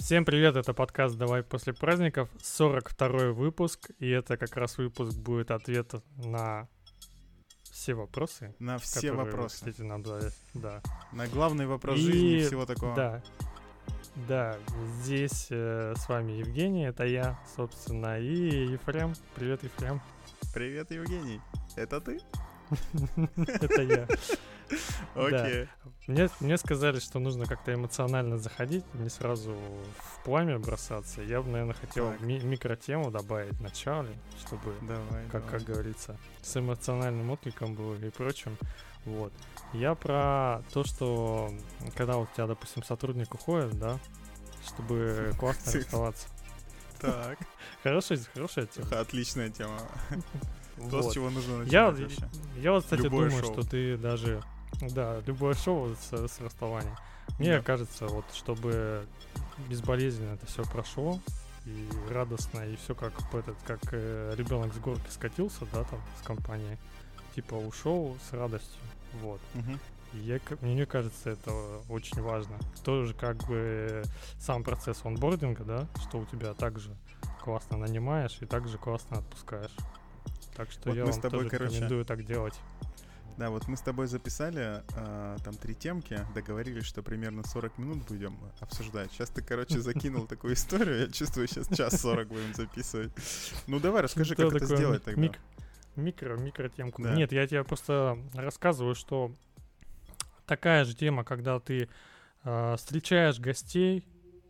Всем привет, это подкаст «Давай после праздников», 42-й выпуск, и это как раз выпуск будет ответ на все вопросы. На все вопросы. Хотите нам задать, да. На главный вопрос жизни и всего такого. Да, здесь с вами Евгений, это я, собственно, и Ефрем. Привет, Ефрем. Привет, Евгений. Это ты? Это я. Окей. Мне сказали, что нужно как-то эмоционально заходить, не сразу в пламя бросаться. Я бы, наверное, хотел микротему добавить в начале, чтобы, как говорится, с эмоциональным откликом было и прочим. Вот. Я про то, что когда у тебя, допустим, сотрудник уходит, да, чтобы классно расставаться. Так. Хорошая тема. Отличная тема. То, Вот. с чего нужно начинать. Я вот, кстати, Любое думаю, шоу. что ты даже... Да, любое шоу с расставанием. Мне кажется, вот, чтобы безболезненно это все прошло, и радостно, и все как ребенок с горки скатился, да, там, с компанией, типа ушел с радостью, вот. Мне кажется, это очень важно. Тоже как бы сам процесс онбординга, да, что у тебя также классно нанимаешь и также классно отпускаешь. Так что вот я вам тоже рекомендую так делать. Да, вот мы с тобой записали там 3 темки, договорились, что примерно 40 минут будем обсуждать. Сейчас ты, закинул такую историю, я чувствую, сейчас час 40 будем записывать. Ну давай, расскажи, как это сделать тогда. Микротемку. Да. Нет, я тебе просто рассказываю, что такая же тема, когда ты встречаешь гостей,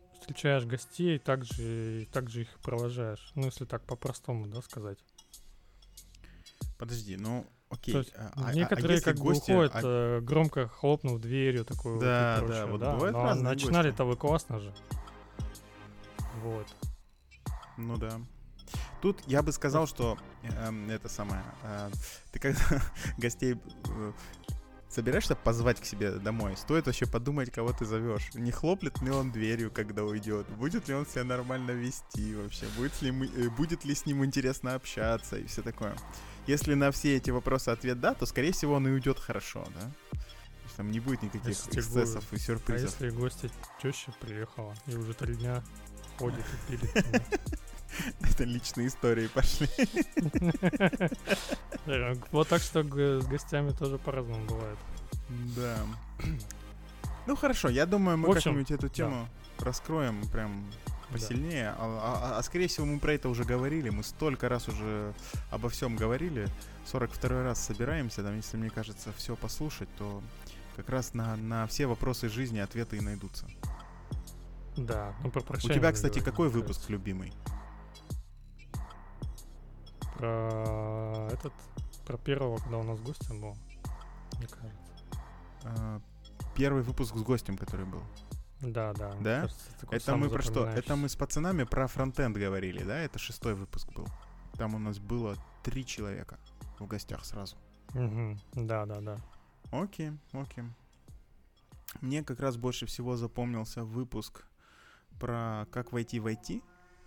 также их провожаешь. Ну, если так по-простому, да, сказать. Подожди, ну окей. То есть некоторые как гости, бы уходят, громко хлопнув дверью, такую да, вот и прочее, вот да. бывают Но разные начинали-то вы классно же. Вот. Ну да. Тут я бы сказал, что ты когда гостей собираешься позвать к себе домой, стоит вообще подумать, кого ты зовешь. Не хлоплет ли он дверью, когда уйдет? Будет ли он себя нормально вести вообще? Будет ли с ним интересно общаться и все такое? Если на все эти вопросы ответ да, то, скорее всего, он и уйдет хорошо, да? То есть там не будет никаких эксцессов и сюрпризов. А если гостья теща приехала и уже 3 дня ходит и пилит? Это личные истории пошли. Вот так что с гостями тоже по-разному бывает. Да. Ну хорошо, я думаю, мы как-нибудь эту тему раскроем прям посильнее. А скорее всего мы про это уже говорили. Мы столько раз уже обо всем говорили. 42-й раз собираемся. Там, если мне кажется, все послушать, то как раз на все вопросы жизни ответы и найдутся. Да, ну про прощание. У тебя, кстати, какой выпуск любимый? Про первого, когда у нас гостем был, мне кажется. Первый выпуск с гостем, который был. Да? Кажется, это мы про что? Это мы с пацанами про фронтенд говорили, да? Это 6-й выпуск был. Там у нас было 3 человека в гостях сразу. Да. Окей. Мне как раз больше всего запомнился выпуск про как войти в IT.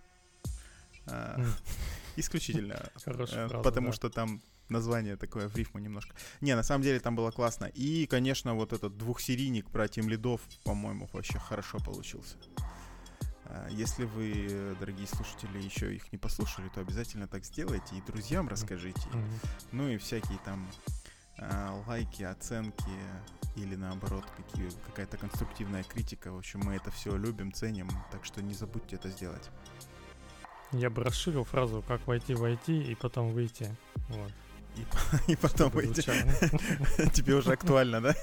Исключительно. Потому что там название такое в рифму немножко. Не, на самом деле там было классно. И, конечно, вот этот 2-серийник про тимлидов, по-моему, вообще хорошо получился. Если вы, дорогие слушатели, еще их не послушали, то обязательно так сделайте и друзьям расскажите. Ну и всякие там лайки, оценки или наоборот какая-то конструктивная критика. В общем, мы это все любим, ценим, так что не забудьте это сделать. Я бы расширил фразу «как войти в IT и потом выйти». Вот. И потом выйти. Тебе уже актуально, да?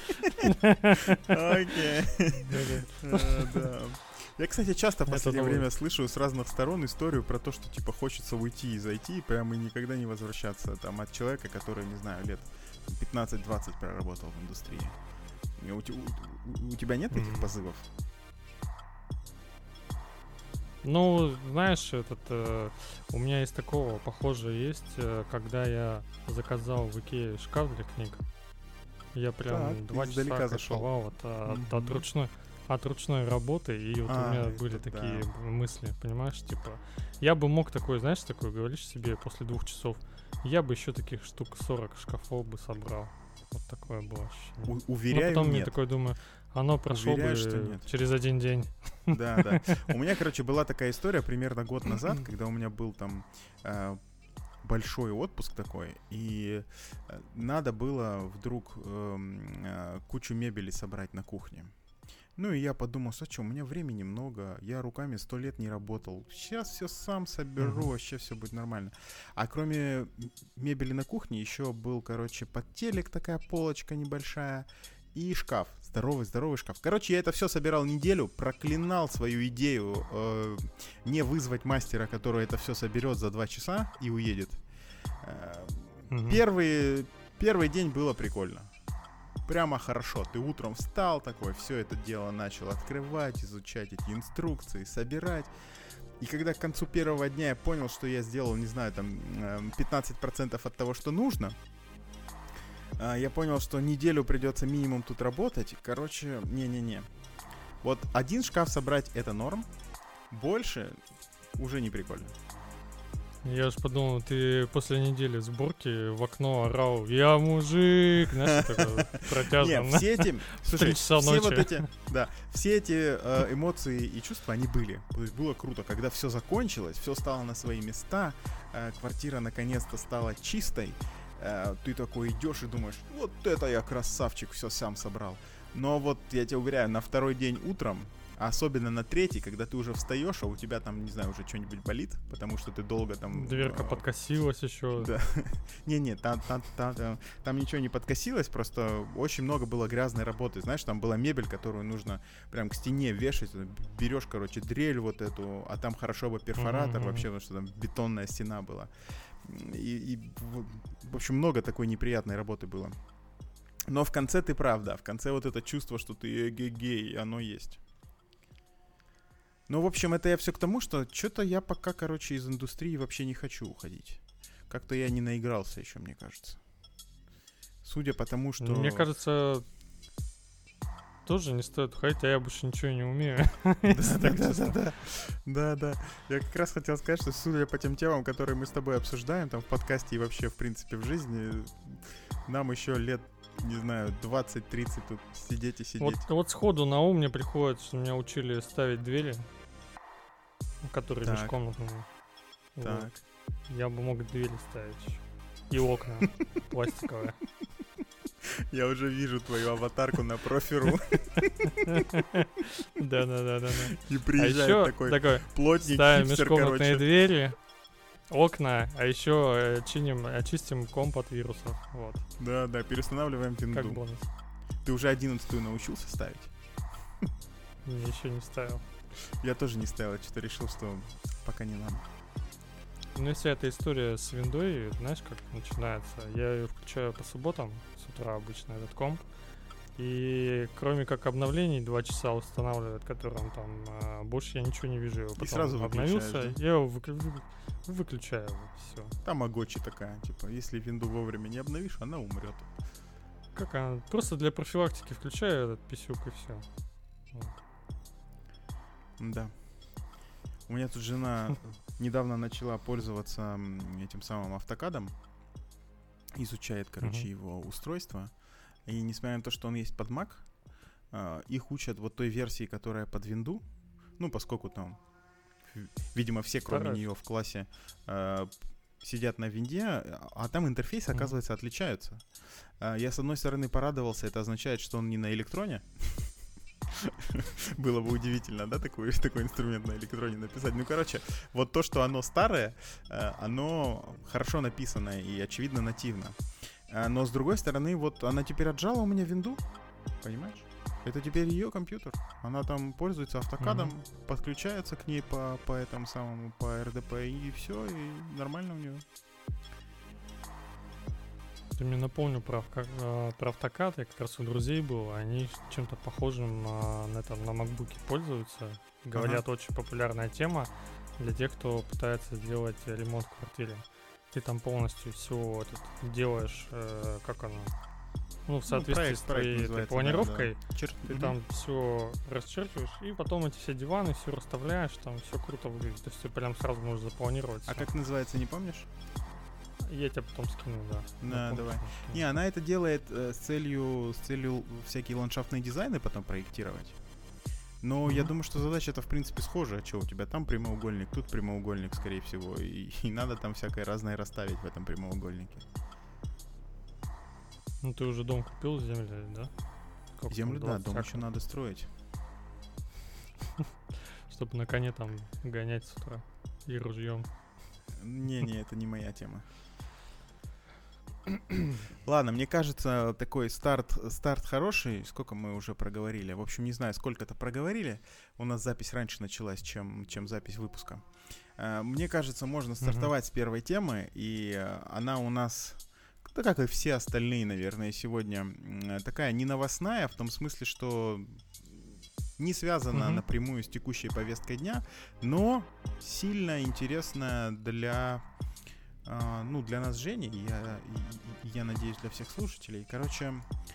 Окей. Да. Я, кстати, часто в последнее время слышу с разных сторон историю про то, что типа хочется уйти из IT прямо и никогда не возвращаться. Там от человека, который, не знаю, лет 15-20 проработал в индустрии. У тебя нет таких позывов? Ну, знаешь, у меня есть такого, похоже, есть, когда я заказал в Икее шкаф для книг. Я прям 2 часа кайфовал от ручной работы, и вот у меня были такие мысли, понимаешь, типа, я бы мог такой, знаешь, говоришь себе после 2 часов, я бы еще таких штук 40 шкафов бы собрал. Вот такое было ощущение. Уверяю, потом нет. я такой думаю, Оно прошло бы через один день. Да. У меня, короче, была такая история примерно год назад, когда у меня был там большой отпуск такой, и надо было вдруг кучу мебели собрать на кухне. Ну и я подумал, что у меня времени много, я руками 100 лет не работал, сейчас все сам соберу, вообще все будет нормально. А кроме мебели на кухне еще был, короче, под телек такая полочка небольшая и шкаф, здоровый шкаф. Короче, я это все собирал неделю, проклинал свою идею не вызвать мастера, который это все соберет за 2 часа и уедет. Первый день было прикольно. Прямо хорошо. Ты утром встал такой, все это дело начал открывать, изучать эти инструкции, собирать. И когда к концу первого дня я понял, что я сделал, не знаю, там 15% от того, что нужно, я понял, что неделю придется минимум тут работать. Короче, не-не-не. Вот один шкаф собрать — это норм. Больше уже не прикольно. Я уж подумал, ты после недели сборки в окно орал: «Я мужик!» Знаешь, такое протяжно. Нет, все эти... Слушай, все вот эти... Да, все эти эмоции и чувства, они были. То есть было круто, когда все закончилось, все стало на свои места, квартира наконец-то стала чистой. Ты такой идешь и думаешь: вот это я красавчик, все сам собрал. Но вот я тебе уверяю, на второй день утром, особенно на третий, когда ты уже встаешь, а у тебя там, не знаю, уже что-нибудь болит, потому что ты долго там... Дверка подкосилась еще. Да. Не-не, там ничего не подкосилось, просто очень много было грязной работы. Знаешь, там была мебель, которую нужно прям к стене вешать. Берешь, короче, дрель вот эту, а там хорошо бы перфоратор вообще, потому что там бетонная стена была. И в общем, много такой неприятной работы было. Но в конце ты прав, да. В конце вот это чувство, что ты эгегей, оно есть. Ну, в общем, это я все к тому, что что-то я пока, короче, из индустрии вообще не хочу уходить. Как-то я не наигрался еще, мне кажется. Судя по тому, что... Мне кажется, тоже не стоит уходить, а я больше ничего не умею. Да. Я как раз хотел сказать, что судя по тем темам, которые мы с тобой обсуждаем, там в подкасте и вообще, в принципе, в жизни, нам еще лет, не знаю, 20-30 тут сидеть и сидеть. Вот сходу на ум мне приходит, что меня учили ставить двери, которые межкомнатные. Так. Вот. Я бы мог двери ставить еще. И окна пластиковые. Я уже вижу твою аватарку на профи.ру. Да. И приезжает такой плотник, ставим межкомнатные двери, окна, а еще очистим комп от вирусов. Вот. Да, переустанавливаем винду. Как бонус. Ты уже 11-ю научился ставить? Еще не ставил. Я тоже не ставил, я что-то решил, что пока не надо. Ну, если эта история с виндой, знаешь, как начинается? Я ее включаю по субботам, с утра обычно, этот комп. И кроме как обновлений 2 часа устанавливает, которым там больше я ничего не вижу. Его и сразу обновился, да? Я его выключаю. Все. Тамагочи такая, типа, если винду вовремя не обновишь, она умрет. Как она? Просто для профилактики включаю этот писюк и все. Вот. Да. У меня тут жена недавно начала пользоваться этим самым автокадом. Изучает, короче, его устройство. И несмотря на то, что он есть под Mac, их учат вот той версии, которая под Windows. Ну, поскольку там, видимо, все, кроме нее в классе, сидят на винде, а там интерфейсы, оказывается, отличаются. Я, с одной стороны, порадовался. Это означает, что он не на электроне. Было бы удивительно, да, такой инструмент на электроне написать. Ну, короче, вот то, что оно старое, оно хорошо написано и, очевидно, нативно. Но, с другой стороны, вот она теперь отжала у меня винду, понимаешь? Это теперь ее компьютер. Она там пользуется автокадом, подключается к ней по этому самому, по RDP, и все, и нормально у нее. Ты мне напомнил про автокад, я как раз у друзей был, они чем-то похожим на MacBook пользуются. Говорят, очень популярная тема для тех, кто пытается сделать ремонт в квартире. Ты там полностью все делаешь, как оно, в соответствии с твоей этой планировкой. Да. Ты там все расчерчиваешь, и потом эти все диваны, все расставляешь, там все круто выглядит. То есть ты прям сразу можешь запланировать. А как называется, не помнишь? Я тебя потом скину, да. Да, давай. Не, она это делает с целью всякие ландшафтные дизайны потом проектировать. Но я думаю, что задача это в принципе схожая. Что у тебя там прямоугольник, тут прямоугольник, скорее всего. И надо там всякое разное расставить в этом прямоугольнике. Ну ты уже дом купил, землю, да? Сколько землю, да, дом еще надо строить. Чтобы на коне там гонять с утра и ружьем. Не, это не моя тема. Ладно, мне кажется, такой старт хороший. Сколько мы уже проговорили? В общем, не знаю, сколько-то проговорили. У нас запись раньше началась, чем запись выпуска. Мне кажется, можно стартовать с первой темы. И она у нас, да, как и все остальные, наверное, сегодня, такая не новостная, в том смысле, что не связана напрямую с текущей повесткой дня, но сильно интересная для нас с Женей, я надеюсь, для всех слушателей. Короче,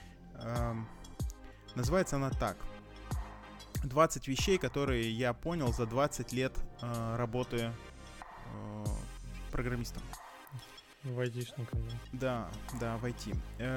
называется она так. 20 вещей, которые я понял за 20 лет работы программистом. В айтишником, да. Да, в IT.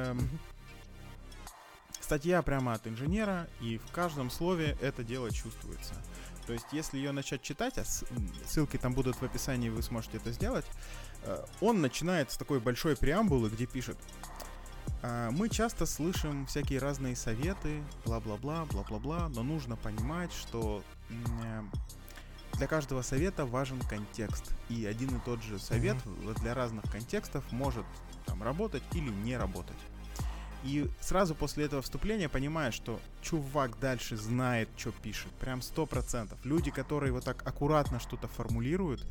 Статья прямо от инженера, и в каждом слове это дело чувствуется. То есть, если ее начать читать, а ссылки там будут в описании, вы сможете это сделать, он начинает с такой большой преамбулы, где пишет: мы часто слышим всякие разные советы, бла-бла-бла, бла-бла-бла, но нужно понимать, что для каждого совета важен контекст. И один и тот же совет для разных контекстов может там работать или не работать. И сразу после этого вступления понимаешь, что чувак дальше знает, что пишет. Прям 100%. Люди, которые вот так аккуратно что-то формулируют,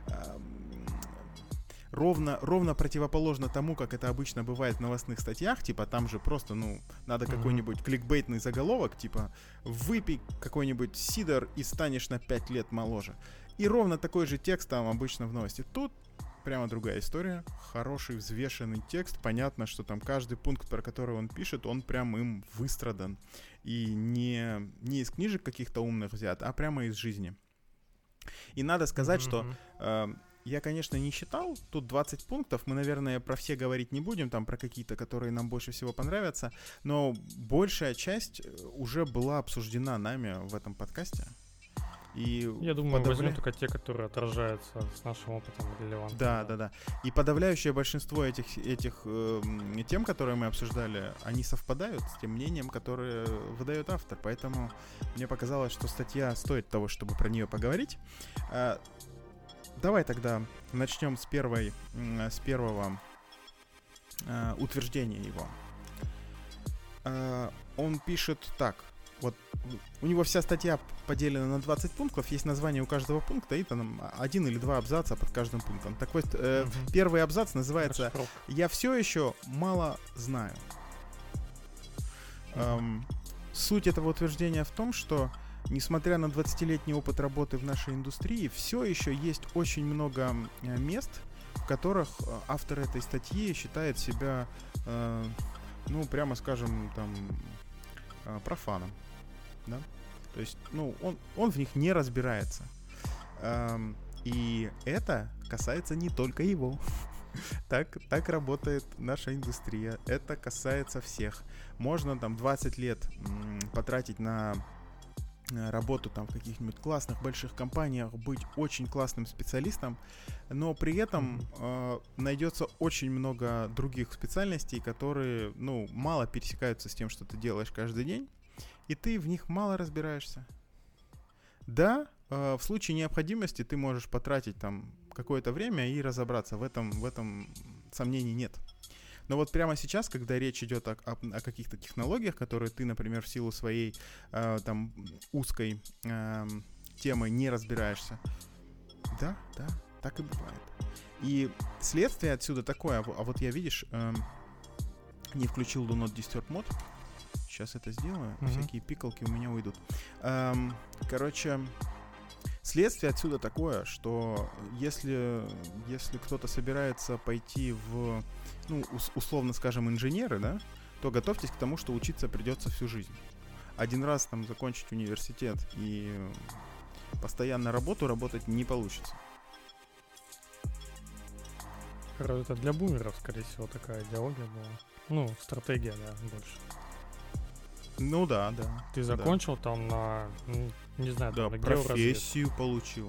ровно противоположно тому, как это обычно бывает в новостных статьях. Типа там же просто, надо какой-нибудь кликбейтный заголовок, типа «Выпей какой-нибудь сидор и станешь на 5 лет моложе». И ровно такой же текст там обычно в новости. Тут прямо другая история. Хороший, взвешенный текст. Понятно, что там каждый пункт, про который он пишет, он прям им выстрадан. И не из книжек каких-то умных взят, а прямо из жизни. И надо сказать, что я, конечно, не считал. Тут 20 пунктов. Мы, наверное, про все говорить не будем. Там про какие-то, которые нам больше всего понравятся. Но большая часть уже была обсуждена нами в этом подкасте. И я думаю, возьмем только те, которые отражаются с нашим опытом релевантно. Да. И подавляющее большинство этих тем, которые мы обсуждали, они совпадают с тем мнением, которое выдает автор. Поэтому мне показалось, что статья стоит того, чтобы про нее поговорить. Давай тогда начнем с первого утверждения его. Он пишет так. Вот у него вся статья поделена на 20 пунктов, есть название у каждого пункта и там 1 или 2 абзаца под каждым пунктом. Так вот, первый абзац называется «Я все еще мало знаю». Суть этого утверждения в том, что несмотря на 20-летний опыт работы в нашей индустрии, все еще есть очень много мест, в которых автор этой статьи считает себя, прямо скажем, там, профаном. Да? То есть, он в них не разбирается. И это касается не только его. Так работает наша индустрия. Это касается всех. Можно там 20 лет потратить на работу там в каких-нибудь классных больших компаниях, быть очень классным специалистом, но при этом найдется очень много других специальностей, которые, мало пересекаются с тем, что ты делаешь каждый день, и ты в них мало разбираешься. Да, в случае необходимости ты можешь потратить там какое-то время и разобраться. В этом сомнений нет. Но вот прямо сейчас, когда речь идет о каких-то технологиях, которые ты, например, в силу своей там узкой темы не разбираешься, да, так и бывает. И следствие отсюда такое, а вот я, видишь, не включил Do Not Disturb мод. Сейчас это сделаю, всякие пикалки у меня уйдут. Короче, следствие отсюда такое, что если кто-то собирается пойти в, условно скажем, инженеры, да, то готовьтесь к тому, что учиться придется всю жизнь. Один раз там закончить университет и постоянно работать не получится. Это для бумеров, скорее всего, такая идеология была. Ну, стратегия, да, больше. Ну да. Ты закончил там на, не знаю, да, там, на профессию получил.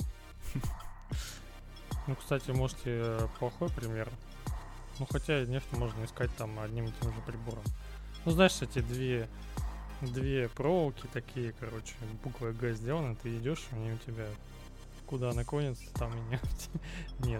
Ну, кстати, можете плохой пример. Ну, хотя нефть можно искать там одним и тем же прибором. Ну, знаешь, эти две проволоки такие, короче, буквой Г сделаны, ты идешь, они у тебя куда наклонятся, там и нефть нет.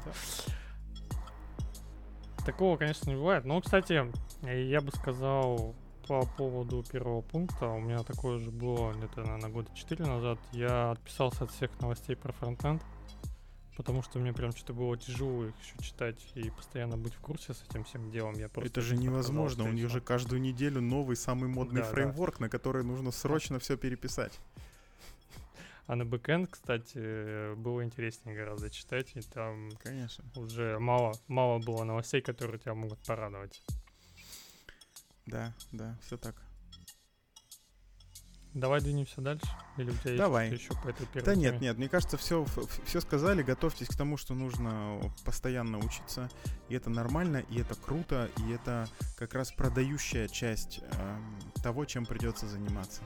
Такого, конечно, не бывает. Но, кстати, я бы сказал по поводу первого пункта, у меня такое же было где-то, наверное, года 4 назад. Я отписался от всех новостей про фронтенд, потому что мне прям что-то было тяжело их еще читать и постоянно быть в курсе с этим всем делом. Я просто это же невозможно, у них же каждую неделю новый, самый модный фреймворк, на который нужно срочно все переписать. А на бэкэнд, кстати, было интереснее гораздо читать, и там конечно уже мало было новостей, которые тебя могут порадовать. Да, все так. Давай двинемся дальше? Или у тебя Давай. есть еще по этой первой Да теме? нет, мне кажется, все сказали, готовьтесь к тому, что нужно постоянно учиться, и это нормально, и это круто, и это как раз продающая часть того, чем придется заниматься.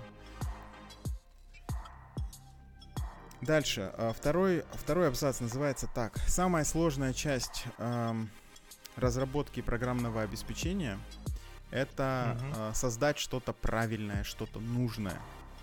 Дальше. Второй абзац называется так. Самая сложная часть разработки программного обеспечения — это создать что-то правильное, что-то нужное.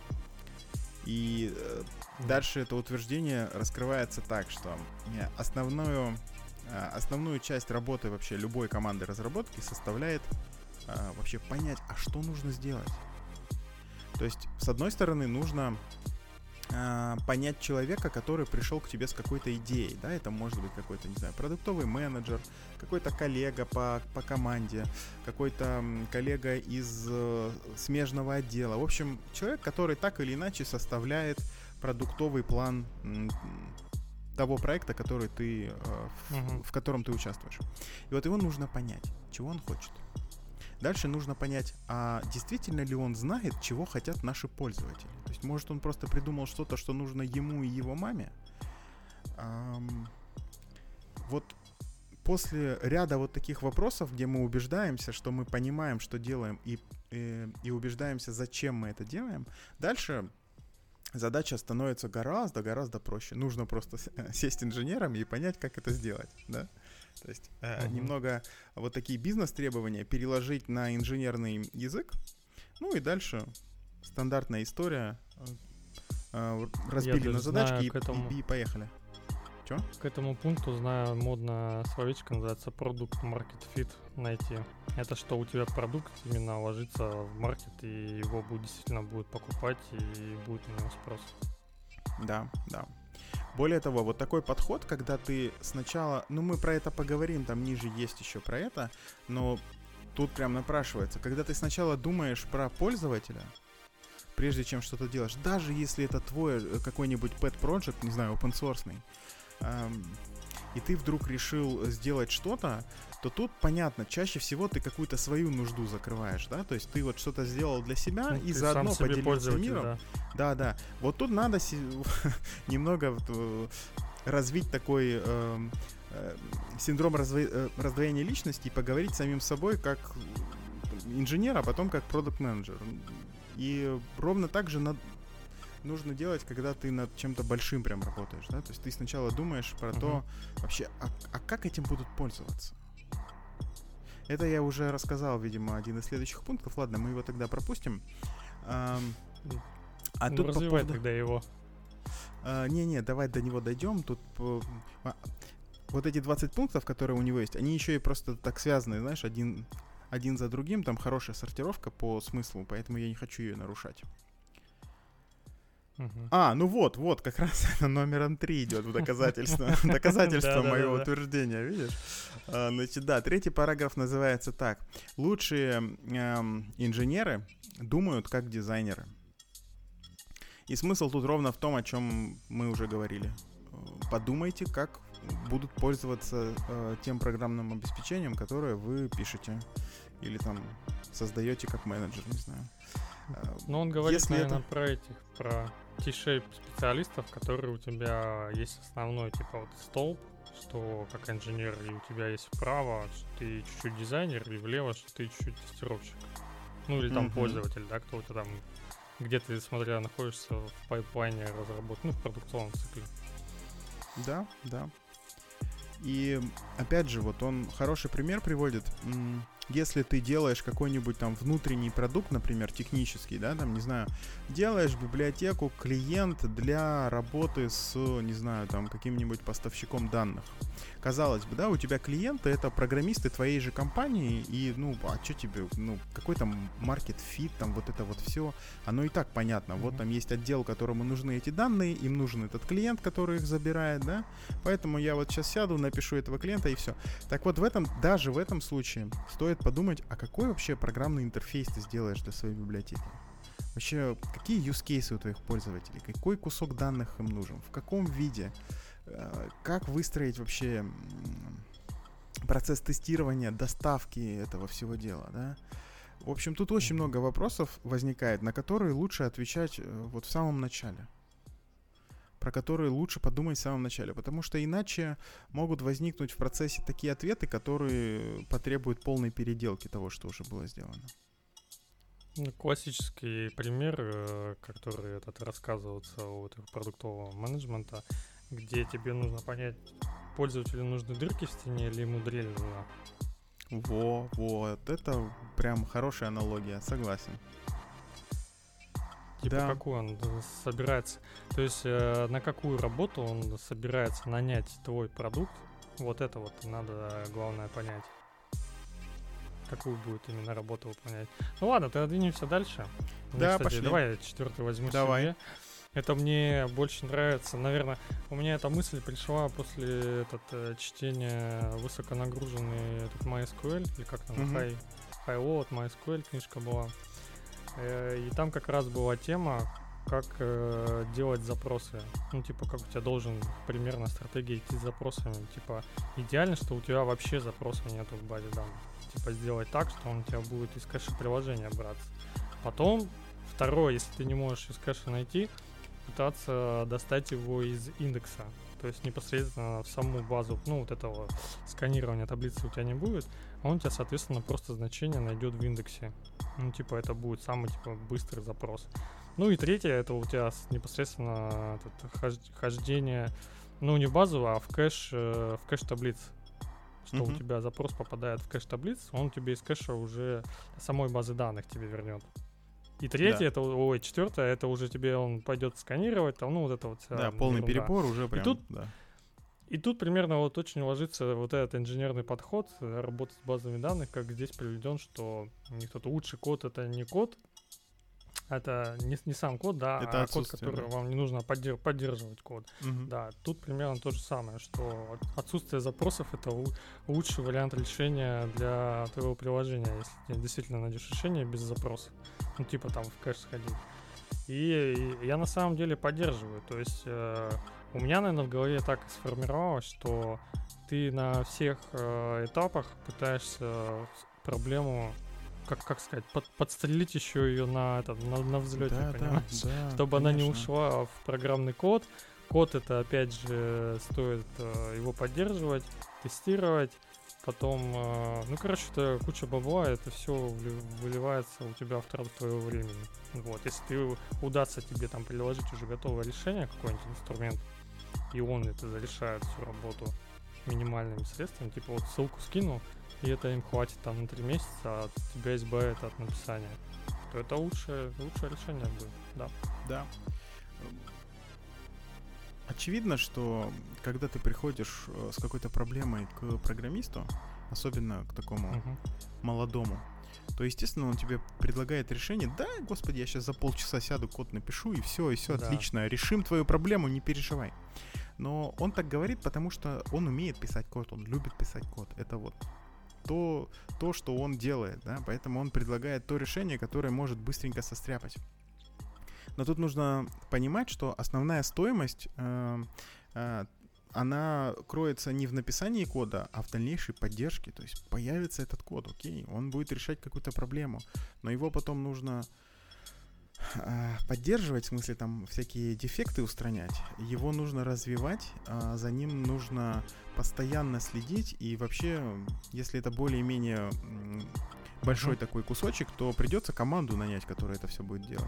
И дальше это утверждение раскрывается так, что основную часть работы вообще любой команды разработки составляет вообще понять, а что нужно сделать. То есть, с одной стороны, нужно понять человека, который пришел к тебе с какой-то идеей, да, это может быть какой-то, не знаю, продуктовый менеджер, какой-то коллега по команде, какой-то коллега из смежного отдела, в общем, человек, который так или иначе составляет продуктовый план того проекта, который ты, в котором ты участвуешь. И вот его нужно понять, чего он хочет. Дальше нужно понять, а действительно ли он знает, чего хотят наши пользователи. То есть, может, он просто придумал что-то, что нужно ему и его маме. Вот после ряда вот таких вопросов, где мы убеждаемся, что мы понимаем, что делаем, и убеждаемся, зачем мы это делаем, дальше задача становится гораздо проще. Нужно просто сесть инженером и понять, как это сделать, да? То есть немного вот такие бизнес-требования переложить на инженерный язык, ну и дальше стандартная история, разбили на задачки и поехали. Чё? К этому пункту, знаю, модная словечко называется Product Market Fit найти. Это что у тебя продукт именно ложится в маркет, и его действительно будут покупать, и будет на него спрос. Да. Более того, вот такой подход, когда ты сначала, мы про это поговорим, там ниже есть еще про это, но тут прям напрашивается, когда ты сначала думаешь про пользователя, прежде чем что-то делаешь, даже если это твой какой-нибудь pet project, не знаю, open-sourceный, и ты вдруг решил сделать что-то, то тут, понятно, чаще всего ты какую-то свою нужду закрываешь, да, то есть ты вот что-то сделал для себя и заодно поделился миром. Да. Вот тут надо немного развить такой синдром раздвоения личности и поговорить с самим собой как инженер, а потом как продакт-менеджер. И ровно так же нужно делать, когда ты над чем-то большим прям работаешь, да, то есть ты сначала думаешь про то, вообще, а как этим будут пользоваться? Это я уже рассказал, видимо, один из следующих пунктов. Ладно, мы его тогда пропустим. Тут развивай тогда его. Не, давай до него дойдем. Тут вот эти 20 пунктов, которые у него есть, они еще и просто так связаны, знаешь, один за другим. Там хорошая сортировка по смыслу, поэтому я не хочу ее нарушать. Вот, как раз номером 3 идет в доказательство моего утверждения, видишь? Значит, да, третий параграф называется так. Лучшие инженеры думают как дизайнеры. И смысл тут ровно в том, о чем мы уже говорили. Подумайте, как будут пользоваться тем программным обеспечением, которое вы пишете или там создаете как менеджер, не знаю. Но он говорит, наверное, про T-shape специалистов, которые у тебя есть основной, типа, вот столб, что как инженер, и у тебя есть вправо, что ты чуть-чуть дизайнер, и влево, что ты чуть-чуть тестировщик. Ну, или там пользователь, да, кто-то там, где ты, смотря, находишься в пайплайне разработки, в продуктовом цикле. Да, да. И, опять же, вот он хороший пример приводит. Если ты делаешь какой-нибудь там внутренний продукт, например, технический, да, там, не знаю, делаешь библиотеку, клиент для работы с, не знаю, там, каким-нибудь поставщиком данных. Казалось бы, да, у тебя клиенты — это программисты твоей же компании, и, а что тебе, какой там market fit, там, вот это вот все, оно и так понятно. Вот там есть отдел, которому нужны эти данные, им нужен этот клиент, который их забирает, да, поэтому я вот сейчас сяду, напишу этого клиента, и все. Так вот, даже в этом случае стоит подумать, а какой вообще программный интерфейс ты сделаешь для своей библиотеки? Вообще, какие use cases у твоих пользователей? Какой кусок данных им нужен? В каком виде? Как выстроить вообще процесс тестирования, доставки этого всего дела, да? В общем, тут очень много вопросов возникает, на которые лучше отвечать вот в самом начале. Про которые лучше подумать в самом начале, потому что иначе могут возникнуть в процессе такие ответы, которые потребуют полной переделки того, что уже было сделано. Классический пример, который рассказывается у этого продуктового менеджмента, где тебе нужно понять, пользователю нужны дырки в стене или ему дрель нужна. Вот, это прям хорошая аналогия, согласен. Типа какую он собирается, то есть на какую работу он собирается нанять твой продукт, вот это вот надо главное понять. Какую будет именно работу выполнять. Ну ладно, тогда двинемся дальше. Да, пошли. Давай я 4-й возьму себе. Это мне больше нравится. Наверное, у меня эта мысль пришла после чтения высоконагруженный MySQL, или как там, High Load MySQL книжка была. И там как раз была тема, как делать запросы. Как у тебя должен примерно стратегия идти с запросами. Идеально, что у тебя вообще запросов нету в базе данных. Сделать так, что он у тебя будет из кэша приложения браться. Потом, второе, если ты не можешь из кэша найти, пытаться достать его из индекса. То есть непосредственно в саму базу, вот этого сканирования таблицы у тебя не будет, а он у тебя, соответственно, просто значение найдет в индексе. Это будет самый, быстрый запрос. И третье, это у тебя непосредственно хождение, не в базу, а в кэш таблиц. Что у тебя запрос попадает в кэш таблиц, он тебе из кэша уже самой базы данных тебе вернет. И третье, четвертое, это уже тебе он пойдет сканировать, вот это вот. Да, полный перебор уже прям. И тут примерно очень ложится вот этот инженерный подход работы с базами данных, как здесь приведен, что лучший код — это не код, это не сам код, да, это а код, который вам не нужно поддерживать код. Да, тут примерно то же самое, что отсутствие запросов — это лучший вариант решения для твоего приложения, если ты действительно найдешь решение без запроса. Там в кэш сходить. И я на самом деле поддерживаю. То есть у меня, наверное, в голове так и сформировалось, что ты на всех этапах пытаешься проблему, как сказать, подстрелить еще ее на взлете, понимаешь? Да, чтобы конечно. Она не ушла в программный код. Код — это, опять же, стоит его поддерживать, тестировать. Потом, это куча бабла, это все выливается у тебя в трату твоего времени. Если удастся тебе приложить уже готовое решение, какой-нибудь инструмент, и он это зарешает всю работу минимальными средствами, ссылку скинул, и это им хватит на 3 месяца, а тебя избавит от написания, то это лучшее решение будет, да. Да. Очевидно, что когда ты приходишь с какой-то проблемой к программисту, особенно к такому молодому, то, естественно, он тебе предлагает решение. Да, господи, я сейчас за полчаса сяду, код напишу, и все да. Отлично, решим твою проблему, не переживай. Но он так говорит, потому что он умеет писать код, он любит писать код. Это то, что он делает, да, поэтому он предлагает то решение, которое может быстренько состряпать. Но тут нужно понимать, что основная стоимость, она кроется не в написании кода, а в дальнейшей поддержке. То есть появится этот код, окей, он будет решать какую-то проблему, но его потом нужно поддерживать, в смысле там всякие дефекты устранять, его нужно развивать, за ним нужно постоянно следить, и вообще, если это более-менее большой такой кусочек, то придется команду нанять, которая это все будет делать.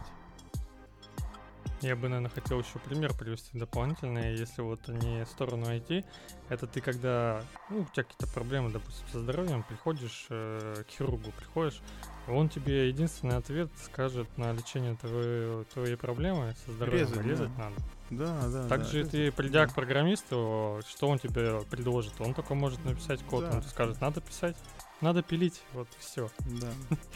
Я бы, наверное, хотел еще пример привести дополнительный, если вот не в сторону IT. Это ты когда, у тебя какие-то проблемы, допустим, со здоровьем, приходишь к хирургу, он тебе единственный ответ скажет на лечение твоей проблемы со здоровьем. Резать надо. Да. Также ты, придя к программисту, что он тебе предложит? Он только может написать код, он тебе скажет, надо писать, надо пилить, вот все. Да.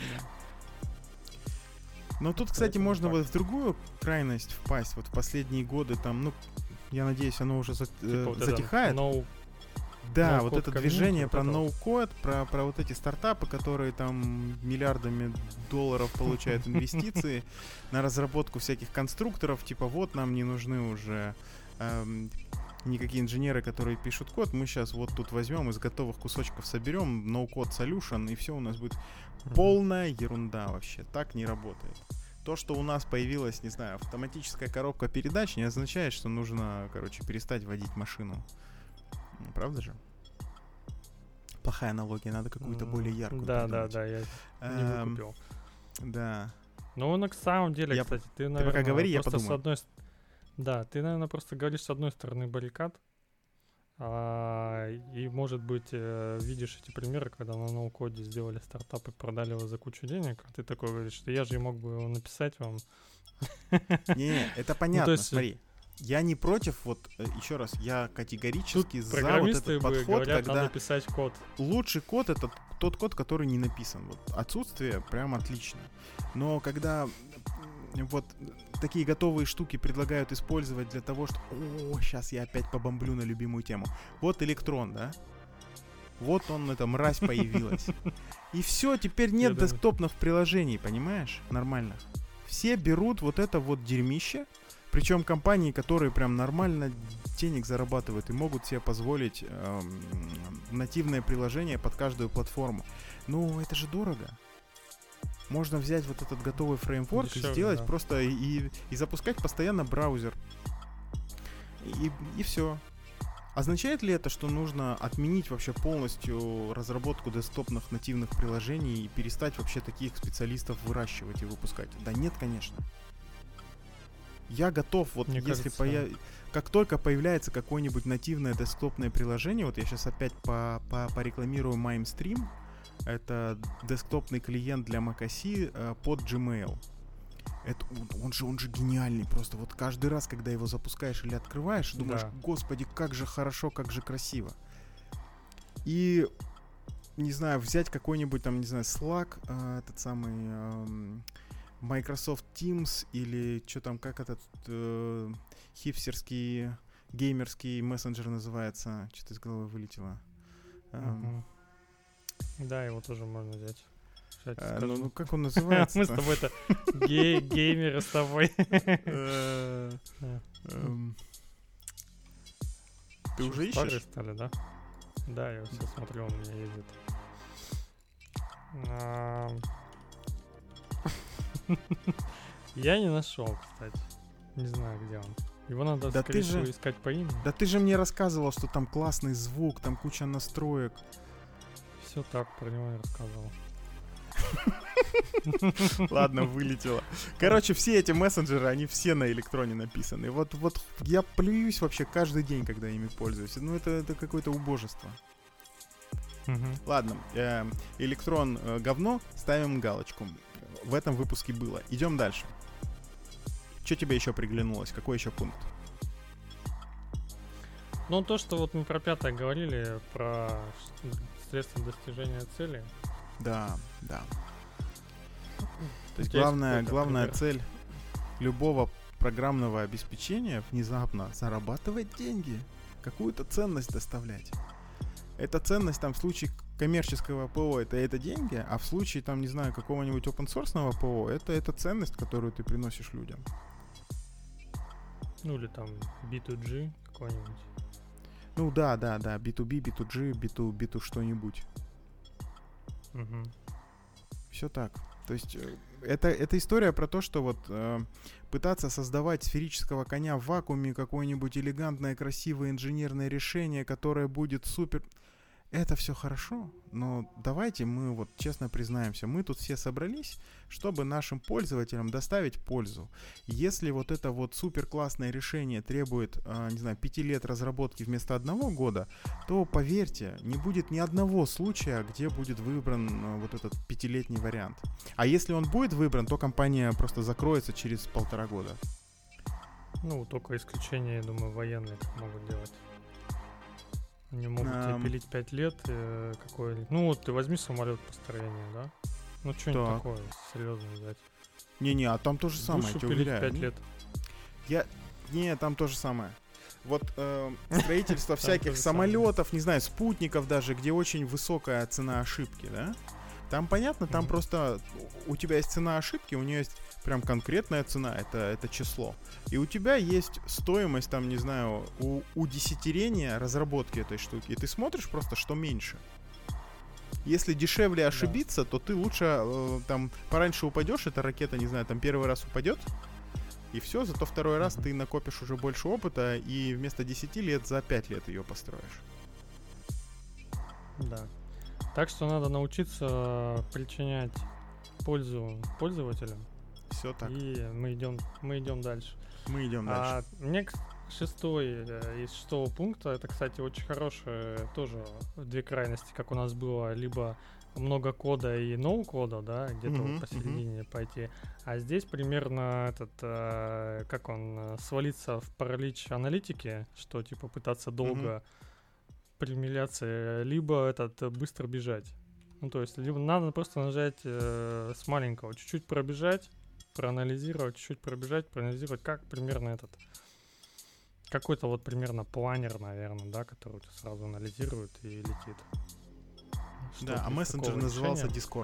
Но тут, кстати, можно вот в другую крайность впасть. Вот в последние годы там, я надеюсь, оно уже затихает. Да, вот это движение про ноу-код, про вот эти стартапы, которые там миллиардами долларов получают инвестиции на разработку всяких конструкторов. Типа вот нам не нужны уже никакие инженеры, которые пишут код. Мы сейчас вот тут возьмем из готовых кусочков соберем ноу-код solution, и все у нас будет полная ерунда вообще. Так не работает. То, что у нас появилась, не знаю, автоматическая коробка передач, не означает, что нужно, перестать водить машину. Правда же? Плохая аналогия, надо какую-то более яркую. Да, я не выкупил. Да. Ну, на самом деле, кстати, ты, наверное, пока говори, я подумаю. Да, ты, наверное, просто говоришь с одной стороны баррикад, и, может быть, видишь эти примеры, когда на ноу-коде сделали стартап и продали его за кучу денег, а ты такой говоришь, что я же мог бы его написать вам. Не, это понятно, смотри. Я не против, еще раз, я категорически за вот этот подход, говорят, когда надо писать код. Лучший код — это тот код, который не написан. Отсутствие прям отлично. Но когда такие готовые штуки предлагают использовать для того, что сейчас я опять побомблю на любимую тему. Вот Электрон, да? Вот он, эта мразь появилась. И все, теперь нет десктопных приложений, понимаешь? Нормальных. Все берут вот это вот дерьмище. Причем компании, которые прям нормально денег зарабатывают и могут себе позволить нативное приложение под каждую платформу. Это же дорого. Можно взять вот этот готовый фреймворк и сделать просто и запускать постоянно браузер. И все. Означает ли это, что нужно отменить вообще полностью разработку десктопных нативных приложений и перестать вообще таких специалистов выращивать и выпускать? Да нет, конечно. Я готов, как только появляется какое-нибудь нативное десктопное приложение, я сейчас опять порекламирую MimeStream, это десктопный клиент для macOS под Gmail. Он же гениальный просто. Каждый раз, когда его запускаешь или открываешь, думаешь, господи, как же хорошо, как же красиво. И, не знаю, взять какой-нибудь там, не знаю, Slack, этот самый Microsoft Teams или что там, как этот хипстерский геймерский мессенджер называется. Что-то из головы вылетело. Да, его тоже можно взять. Как он называется? Мы с тобой-то геймеры с тобой. Ты уже ищешь? Старые стали, да? Да, я все смотрю, он у меня ездит. Я не нашел, кстати. Не знаю, где он. Его надо, скорее всего, искать по имени. Да ты же мне рассказывал, что там классный звук, там куча настроек. Все так, про него я рассказывал. Ладно, вылетело. Короче, все эти мессенджеры, они все на электроне написаны. Вот я плююсь вообще каждый день, когда ими пользуюсь. Это какое-то убожество. Ладно, электрон говно, ставим галочку. В этом выпуске было. Идем дальше. Что тебе еще приглянулось? Какой еще пункт? То, что мы про 5 говорили, про средства достижения цели. Да. То есть главная цель любого программного обеспечения внезапно зарабатывать деньги, какую-то ценность доставлять. Эта ценность там в случае коммерческого ПО это деньги, а в случае там, не знаю, какого-нибудь open-source ПО это ценность, которую ты приносишь людям. Или там B2G какой-нибудь. Да, B2B, B2G, B2 что-нибудь. Все так. То есть это история про то, что вот пытаться создавать сферического коня в вакууме, какое-нибудь элегантное, красивое инженерное решение, которое будет супер... Это все хорошо, но давайте мы вот честно признаемся, мы тут все собрались, чтобы нашим пользователям доставить пользу. Если вот это вот супер классное решение требует, не знаю, 5 лет разработки вместо 1 года, то поверьте, не будет ни одного случая, где будет выбран вот этот 5-летний вариант. А если он будет выбран, то компания просто закроется через 1,5 года. Ну, только исключение, я думаю, военные так могут делать. Они могут тебе пилить 5 лет какой-нибудь. Ну вот ты возьми самолет построения, да? Ну что-нибудь такое серьезно взять. Не-не, а там то же самое, я тебе уверяю. 5 лет. Не, там то же самое. Вот строительство всяких самолетов, не знаю, спутников даже, где очень высокая цена ошибки, да? Там понятно, там просто у тебя есть цена ошибки, у нее есть прям конкретная цена, это число. И у тебя есть стоимость, там, не знаю, удесятерения разработки этой штуки. И ты смотришь просто, что меньше. Если дешевле ошибиться, то ты лучше там пораньше упадешь, эта ракета, не знаю, там первый раз упадет, и все, зато второй раз ты накопишь уже больше опыта, и вместо 10 лет за 5 лет ее построишь. Да. Так что надо научиться причинять пользу пользователям. Все так. И мы идем дальше. Мы идем дальше. Мне шестой из 6 пункта, это, кстати, очень хорошее, тоже в две крайности, как у нас было, либо много кода и no кода, да, где-то посередине пойти. А здесь примерно свалиться в паралич аналитики, что типа пытаться долго примиляться, либо быстро бежать. Ну, то есть, либо надо просто нажать с маленького, чуть-чуть пробежать, проанализировать, чуть-чуть пробежать, проанализировать, как примерно какой-то вот примерно планер, наверное, да, который у тебя сразу анализирует и летит. Да, а мессенджер назывался Discord.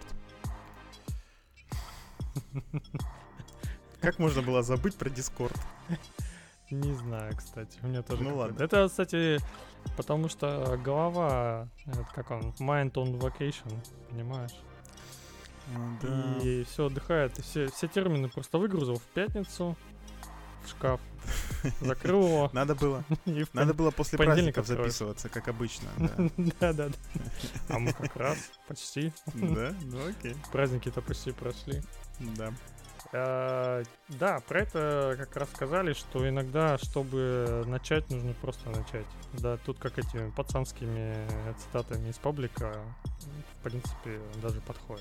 Как можно было забыть про Discord? Не знаю, кстати, у меня тоже. Ну ладно. Это, кстати, потому что голова, mind on vacation, понимаешь? Да. И все отдыхает, и все термины просто выгрузил в пятницу в шкаф, закрыл его. Надо было после праздников записываться, как обычно. Да. А мы как раз почти. Да? Ну окей. Праздники-то почти прошли. Да. Да, про это как раз сказали, что иногда, чтобы начать, нужно просто начать. Да, тут как этими пацанскими цитатами из паблика, в принципе, даже подходит.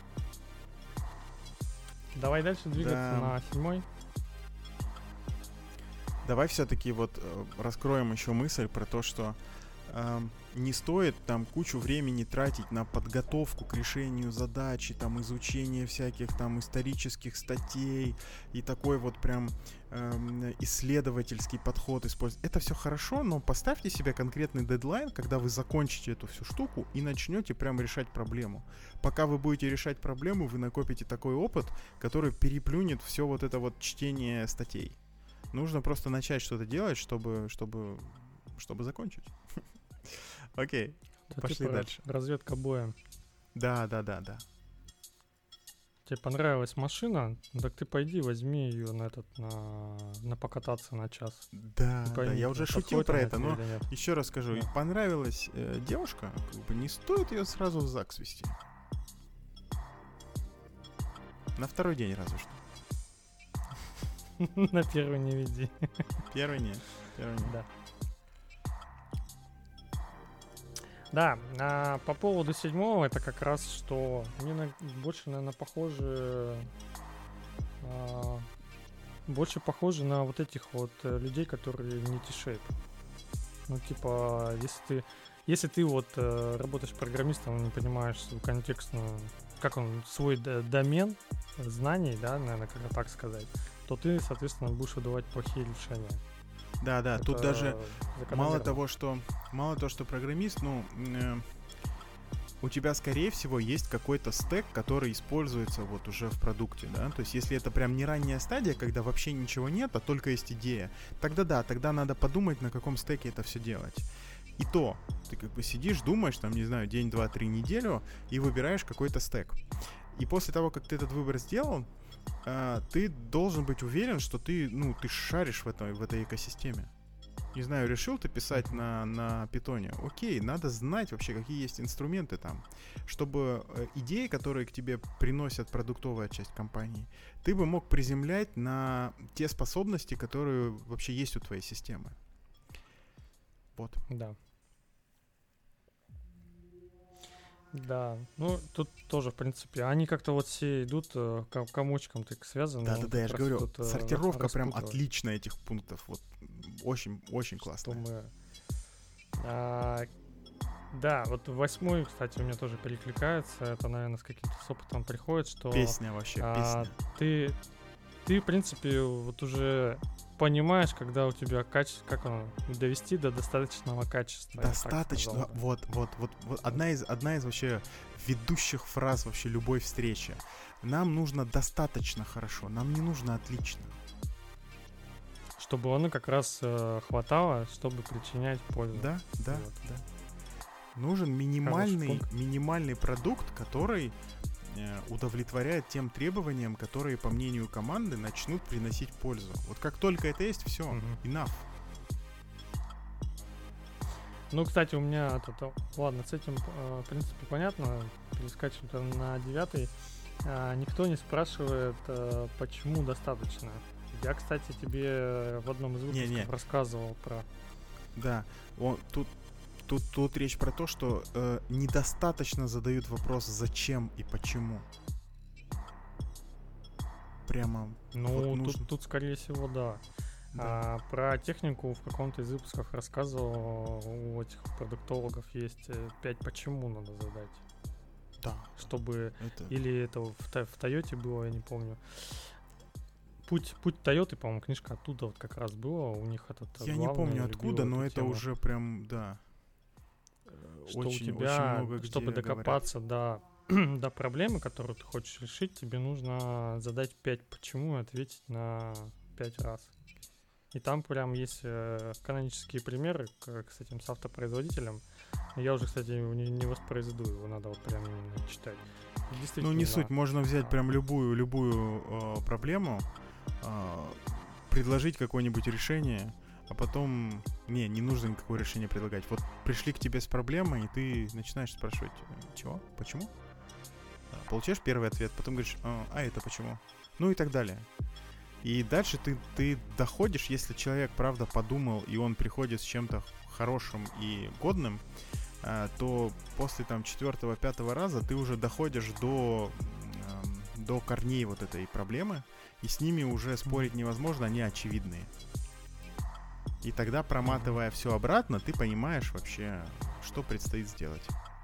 Давай дальше двигаться на 7. Давай все-таки вот раскроем еще мысль про то, что не стоит там кучу времени тратить на подготовку к решению задачи, там изучение всяких там исторических статей и такой вот прям исследовательский подход использовать. Это все хорошо, но поставьте себе конкретный дедлайн, когда вы закончите эту всю штуку и начнете прям решать проблему. Пока вы будете решать проблему, вы накопите такой опыт, который переплюнет все вот это вот чтение статей. Нужно просто начать что-то делать, чтобы закончить. Окей, пошли дальше. Разведка боем. Да. Тебе понравилась машина? Так ты пойди, возьми ее на покататься на час. Да, я уже шутил про это, но еще раз скажу. Да. Понравилась девушка, не стоит ее сразу в ЗАГС везти. На второй день разве что. На первый не веди. Первый нет. Да. Да, по поводу 7 это как раз, что мне больше, наверное, больше похоже на вот этих вот людей, которые не тишеют. Ну, типа, если ты вот работаешь программистом, не понимаешь свою контекстную, как он, свой домен знаний, да, наверное, как так сказать, то ты, соответственно, будешь выдавать плохие решения. Да, это тут даже мало того, что программист, у тебя, скорее всего, есть какой-то стэк, который используется вот уже в продукте, да, то есть если это прям не ранняя стадия, когда вообще ничего нет, а только есть идея, тогда надо подумать, на каком стэке это все делать. И то, ты как бы сидишь, думаешь, там, не знаю, день, 2, 3, неделю и выбираешь какой-то стэк. И после того, как ты этот выбор сделал, ты должен быть уверен, что ты шаришь в этой экосистеме. Не знаю, решил ты писать на питоне? Окей, надо знать вообще, какие есть инструменты там, чтобы идеи, которые к тебе приносят продуктовая часть компании, ты бы мог приземлять на те способности, которые вообще есть у твоей системы. Вот. Да. Да, ну тут тоже, в принципе, они как-то вот все идут комочком так связаны. Да, я же говорю, сортировка прям отличная этих пунктов, вот очень классная. Да, вот 8-й, кстати, у меня тоже перекликается, это, наверное, с каким-то опытом приходит, что... Песня вообще, песня. Ты, в принципе, вот уже понимаешь, когда у тебя как оно, довести до достаточного качества. Достаточно, вот. Одна из вообще ведущих фраз вообще любой встречи. Нам нужно достаточно хорошо, нам не нужно отлично. Чтобы оно как раз хватало, чтобы причинять пользу. Да. Нужен минимальный продукт, который удовлетворяет тем требованиям, которые, по мнению команды, начнут приносить пользу. Вот как только это есть, все, enough. Ну, кстати, у меня ладно, с этим, в принципе, понятно. Перескачем на 9-й. Никто не спрашивает, почему достаточно. Я, кстати, тебе в одном из выпусков рассказывал про... Да, Тут речь про то, что недостаточно задают вопрос «зачем» и «почему». Прямо... Ну, вот тут скорее всего, да. Про технику в каком-то из выпусков рассказывал, у этих продуктологов есть 5 «почему» надо задать. Да. Чтобы... Или это в Тойоте было, я не помню. Путь Тойоты, по-моему, книжка оттуда вот как раз была. У них этот... Я не помню откуда, но это уже прям, да... Что очень, у тебя, очень чтобы докопаться до проблемы, которую ты хочешь решить, тебе нужно задать 5 почему и ответить на 5 раз. И там прям есть канонические примеры с этим с автопроизводителем. Я уже, кстати, не воспроизведу его, надо вот прям именно читать. Ну не суть, можно взять прям любую проблему, предложить какое-нибудь решение, а потом не нужно никакое решение предлагать. Вот пришли к тебе с проблемой, и ты начинаешь спрашивать, чего, почему? Получаешь первый ответ, потом говоришь, это почему? Ну и так далее. И дальше ты доходишь, если человек правда подумал, и он приходит с чем-то хорошим и годным, то после там 4-5 раза ты уже доходишь до корней вот этой проблемы, и с ними уже спорить невозможно, они очевидные. И тогда, проматывая все обратно, ты понимаешь вообще, что предстоит сделать.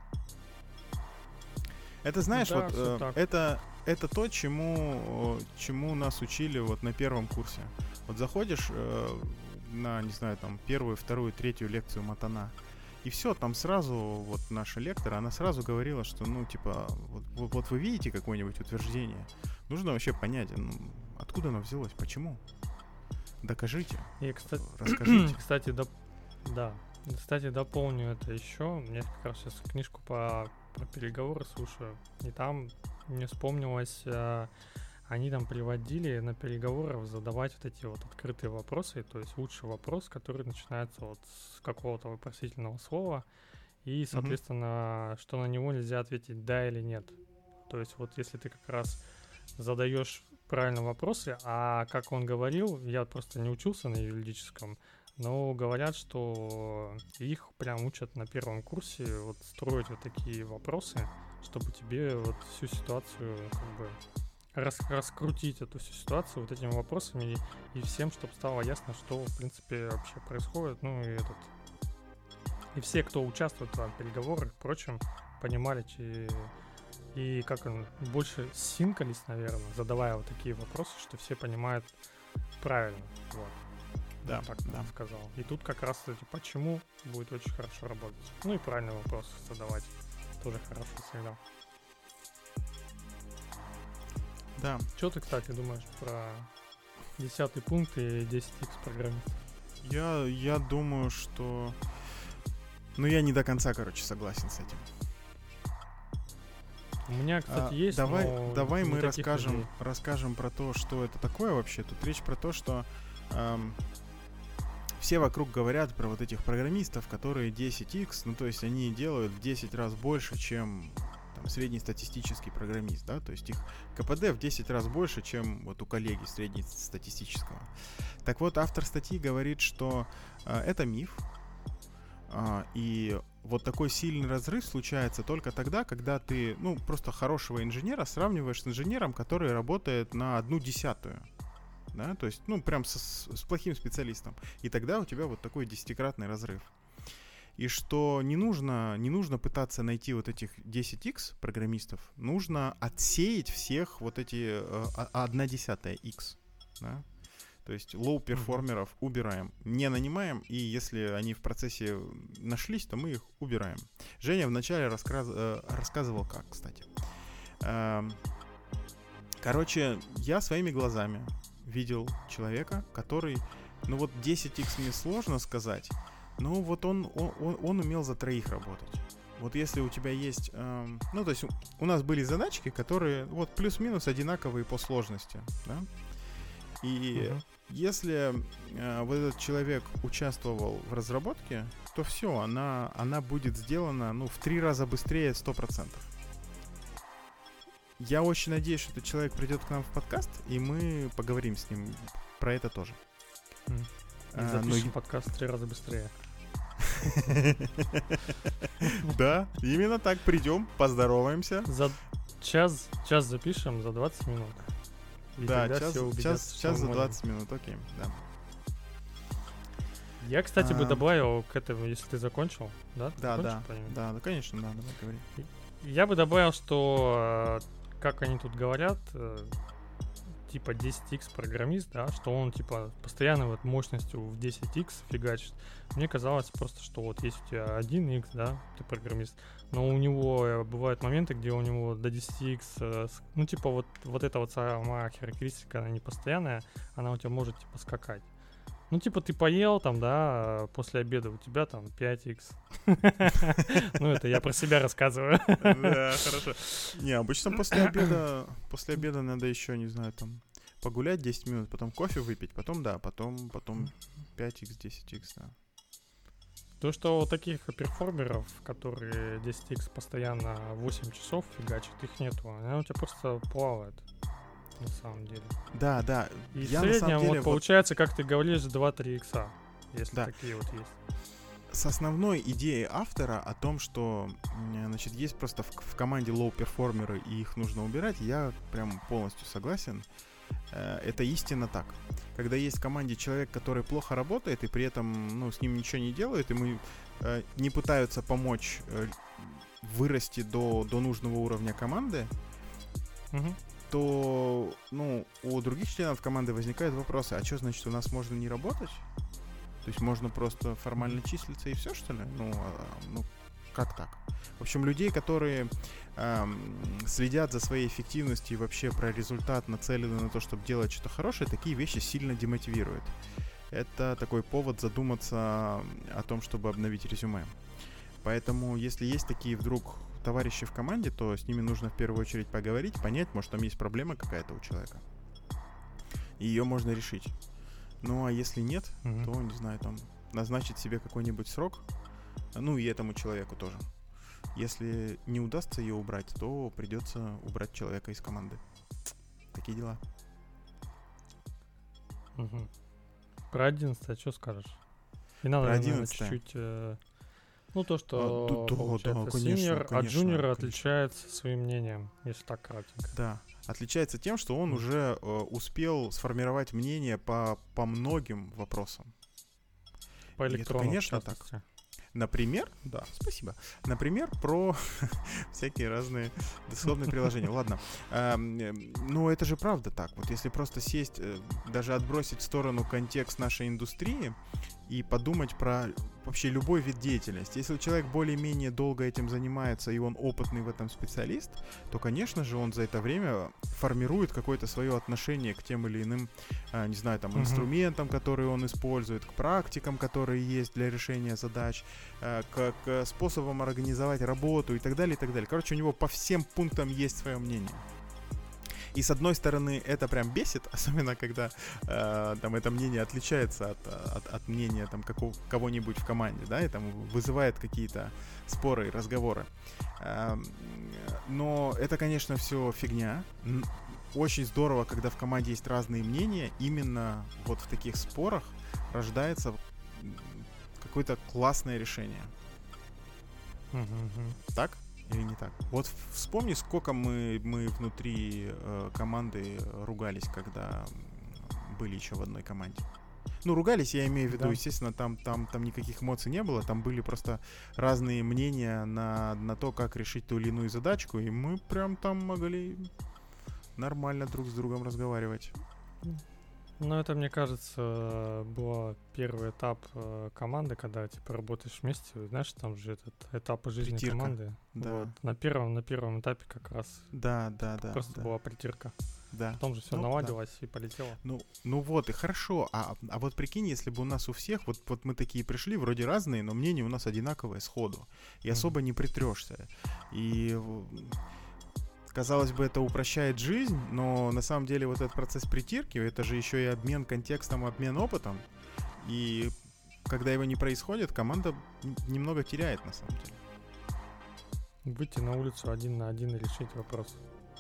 Это, знаешь, да, вот это то, чему нас учили вот на первом курсе. Вот заходишь на, не знаю, там, 1-ю, 2-ю, 3-ю лекцию Матана, и все, там сразу вот наша лектор, она сразу говорила, что, ну, типа, вот вы видите какое-нибудь утверждение, нужно вообще понять, откуда оно взялось, почему. Докажите. И, расскажите. Кстати, дополню это еще. Я как раз сейчас книжку про переговоры слушаю. И там мне вспомнилось, они там приводили на переговорах задавать вот эти вот открытые вопросы. То есть лучший вопрос, который начинается вот с какого-то вопросительного слова. И, соответственно, что на него нельзя ответить да или нет. То есть вот если ты как раз задаешь правильные вопросы, а как он говорил, я просто не учился на юридическом, но говорят, что их прям учат на первом курсе вот строить вот такие вопросы, чтобы тебе вот всю ситуацию как бы раскрутить эту всю ситуацию вот этими вопросами и всем, чтобы стало ясно, что в принципе вообще происходит, ну и все, кто участвует в переговорах и прочем, понимали, и как он больше синкались, наверное, задавая вот такие вопросы, что все понимают правильно. Вот. Да, так сказал. И тут как раз эти почему будет очень хорошо работать. Ну и правильный вопрос задавать тоже хорошо всегда. Да. Что ты, кстати, думаешь про 10-й пункт и 10x программистов? Я думаю, что... Ну, я не до конца, согласен с этим. У меня, кстати, есть, давай мы расскажем про то, что это такое вообще. Тут речь про то, что все вокруг говорят про вот этих программистов, которые 10x, ну то есть они делают в 10 раз больше, чем там, среднестатистический программист, да, то есть их КПД в 10 раз больше, чем вот у коллеги среднестатистического. Так вот, автор статьи говорит, что это миф, и вот такой сильный разрыв случается только тогда, когда ты, ну, просто хорошего инженера сравниваешь с инженером, который работает на 1/10. Да, то есть, ну, прям с плохим специалистом. И тогда у тебя вот такой 10-кратный разрыв. И что не нужно пытаться найти вот этих 10x программистов, нужно отсеять всех вот эти 1/10x. Да? То есть лоу-перформеров убираем, не нанимаем, и если они в процессе нашлись, то мы их убираем. Женя вначале рассказывал как, кстати. Короче, я своими глазами видел человека, который, ну вот 10x мне сложно сказать, но вот он умел за 3 работать. Вот если у тебя есть, ну то есть у нас были задачки, которые вот плюс-минус одинаковые по сложности, да? И если вот этот человек участвовал в разработке, то все, она будет сделана, ну, в 3 раза быстрее 100%. Я очень надеюсь, что этот человек придет к нам в подкаст, и мы поговорим с ним про это тоже. И запишем подкаст в 3 раза быстрее. Да, именно так. Придем, поздороваемся. За час запишем, за 20 минут. Да, час за 20 минут, окей, да. Я, кстати, бы добавил к этому, если ты закончил, да? Да, конечно, да, давай говори. Я бы добавил, что, как они тут говорят, типа 10x программист, да, что он типа постоянно вот мощностью в 10x фигачит. Мне казалось просто, что вот есть у тебя 1x, да, ты программист, но у него бывают моменты, где у него до 10x, ну типа вот эта вот сама характеристика, она не постоянная, она у тебя может типа скакать. Ну, типа, ты поел там, да, после обеда у тебя там 5x. Ну, это я про себя рассказываю. Да, хорошо. Не, обычно после обеда надо еще, не знаю, там, погулять 10 минут, потом кофе выпить, потом 5x, 10x, да. То, что у таких перформеров, которые 10x постоянно 8 часов фигачат, их нету. Она у тебя просто плавает. На самом деле. Да. И в среднем вот получается, как ты говоришь, 2-3 икса, если такие вот есть. С основной идеей автора о том, что, значит, есть просто в команде лоу-перформеры, и их нужно убирать, я прям полностью согласен. Это истинно так. Когда есть в команде человек, который плохо работает, и при этом, ну, с ним ничего не делают, ему не пытаются помочь вырасти до нужного уровня команды, то, ну, у других членов команды возникают вопросы: а что значит, у нас можно не работать? То есть можно просто формально числиться и все, что ли? Ну, как так? В общем, людей, которые следят за своей эффективностью и вообще про результат, нацелены на то, чтобы делать что-то хорошее, такие вещи сильно демотивируют. Это такой повод задуматься о том, чтобы обновить резюме. Поэтому, если есть такие вдруг товарищи в команде, то с ними нужно в первую очередь поговорить, понять, может, там есть проблема какая-то у человека. И ее можно решить. Ну, а если нет, то, не знаю, там, назначить себе какой-нибудь срок, ну, и этому человеку тоже. Если не удастся ее убрать, то придется убрать человека из команды. Такие дела. Про 11 что скажешь? И надо, наверное, чуть-чуть... Ну, то, что получается senior от junior отличается своим мнением, если так кратенько. Да, отличается тем, что он уже успел сформировать мнение по многим вопросам. По электронным, конечно, так. Например, да, спасибо. Например, про всякие разные дословные приложения. Ладно. Но это же правда так. Вот если просто сесть, даже отбросить в сторону контекст нашей индустрии и подумать про вообще любой вид деятельности. Если человек более-менее долго этим занимается, и он опытный в этом специалист, то, конечно же, он за это время формирует какое-то свое отношение к тем или иным, не знаю, там, инструментам, которые он использует, к практикам, которые есть для решения задач, к способам организовать работу и так далее, и так далее. Короче, у него по всем пунктам есть свое мнение. И с одной стороны это прям бесит, особенно когда там это мнение отличается от мнения там кого-нибудь в команде, да, и там вызывает какие-то споры и разговоры. Но это, конечно, все фигня. Очень здорово, когда в команде есть разные мнения, именно вот в таких спорах рождается какое-то классное решение. Так? Или не так? Вот вспомни, сколько мы внутри команды ругались, когда были еще в одной команде. Ну, ругались, я имею в виду, естественно, там никаких эмоций не было, там были просто разные мнения на то, как решить ту или иную задачку, и мы прям там могли нормально друг с другом разговаривать. Ну, это, мне кажется, был первый этап команды, когда, типа, работаешь вместе, знаешь, там же этот этап жизни притирка. Команды. Да. Вот. На первом этапе как раз просто была притирка. Да. Потом же все наладилось и полетело. Ну вот, и хорошо. А вот прикинь, если бы у нас у всех, вот мы такие пришли, вроде разные, но мнения у нас одинаковые сходу. И особо не притрешься. И... Казалось бы, это упрощает жизнь, но на самом деле вот этот процесс притирки, это же еще и обмен контекстом, обмен опытом. И когда его не происходит, команда немного теряет на самом деле. Выйти на улицу один на один и решить вопрос.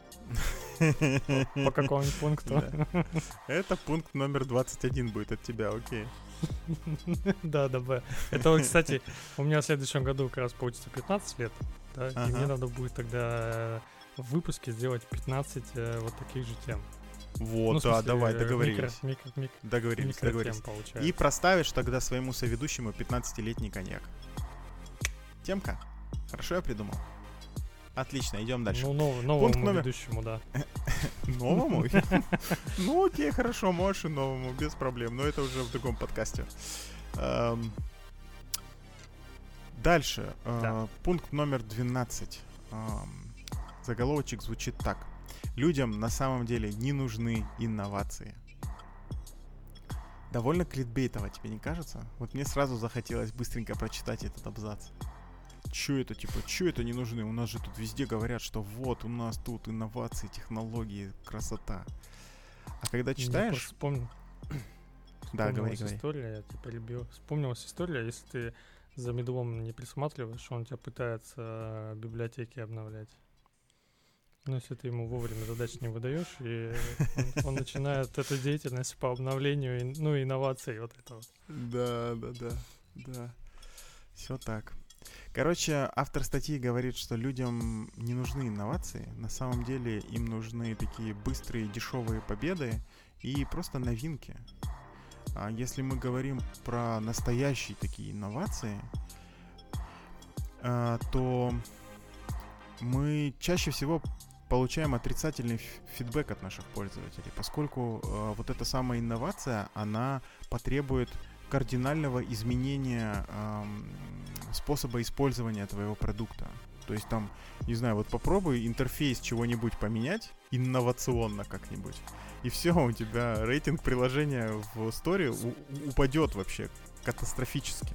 По какому пункту? Это пункт номер 21 будет от тебя, окей. Да. Это, кстати, у меня в следующем году как раз получится 15 лет, и мне надо будет тогда... в выпуске сделать 15 вот таких же тем. Вот, ну, смысле, давай, договорились. Договорились. И проставишь тогда своему соведущему 15-летний коньяк. Темка? Хорошо я придумал? Отлично, идем дальше. Ну, новому ведущему, да. Новому? Ну, окей, хорошо, можешь и новому, без проблем. Но это уже в другом подкасте. Дальше. Пункт номер 12. Заголовочек звучит так. Людям на самом деле не нужны инновации. Довольно кликбейтово, тебе не кажется? Вот мне сразу захотелось быстренько прочитать этот абзац. Чё это не нужны? У нас же тут везде говорят, что вот у нас тут инновации, технологии, красота. А когда читаешь... Да, говори. История, я типа любил. Вспомнилась история, если ты за медлом не присматриваешь, он тебя пытается библиотеки обновлять. Но если ты ему вовремя задач не выдаешь, и он начинает эту деятельность по обновлению, инноваций, вот это вот. Да. Все так. Короче, автор статьи говорит, что людям не нужны инновации. На самом деле им нужны такие быстрые, дешевые победы и просто новинки. А если мы говорим про настоящие такие инновации, то мы чаще всего получаем отрицательный фидбэк от наших пользователей, поскольку вот эта самая инновация, она потребует кардинального изменения способа использования твоего продукта. То есть там, не знаю, вот попробуй интерфейс чего-нибудь поменять инновационно как-нибудь, и все, у тебя рейтинг приложения в Store упадет вообще катастрофически.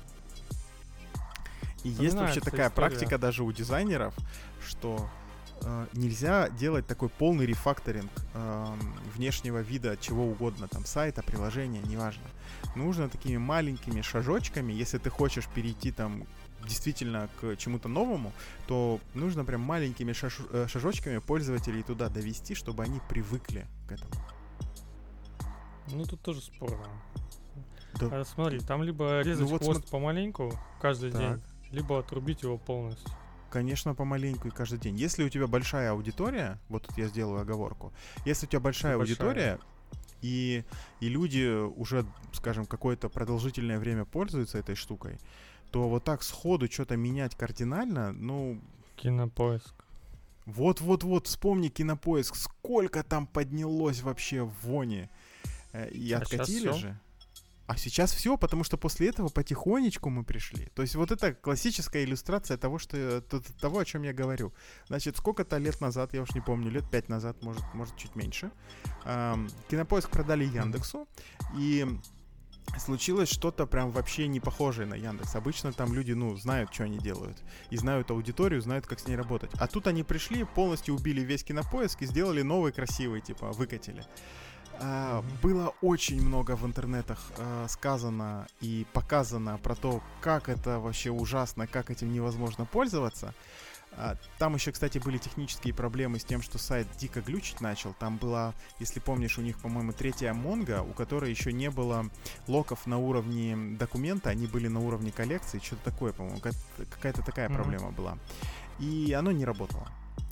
И есть вообще такая практика даже у дизайнеров, что нельзя делать такой полный рефакторинг внешнего вида чего угодно, там сайта, приложения, неважно. Нужно такими маленькими шажочками, если ты хочешь перейти там действительно к чему-то новому, то нужно прям маленькими шажочками пользователей туда довести, чтобы они привыкли к этому. Ну тут тоже спорно. Да. Смотри, там либо резать хвост помаленьку каждый день, либо отрубить его полностью. Конечно, помаленьку и каждый день. Если у тебя большая аудитория, вот тут я сделаю оговорку, если у тебя большая аудитория, и люди уже, скажем, какое-то продолжительное время пользуются этой штукой, то вот так сходу что-то менять кардинально, Кинопоиск. Вот, вспомни Кинопоиск, сколько там поднялось вообще в воне. И откатили же. А сейчас все, потому что после этого потихонечку мы пришли. То есть вот это классическая иллюстрация того, того, о чем я говорю. Значит, сколько-то лет назад, я уж не помню, лет 5 назад, может чуть меньше, Кинопоиск продали Яндексу, и случилось что-то прям вообще не похожее на Яндекс. Обычно там люди, знают, что они делают. И знают аудиторию, знают, как с ней работать. А тут они пришли, полностью убили весь Кинопоиск и сделали новый, красивый, типа, выкатили. Было очень много в интернетах сказано и показано про то, как это вообще ужасно, как этим невозможно пользоваться. Там еще, кстати, были технические проблемы с тем, что сайт дико глючить начал. Там была, если помнишь, у них, по-моему, третья Монго, у которой еще не было локов на уровне документа, они были на уровне коллекции, что-то такое, по-моему, какая-то такая проблема была. И оно не работало.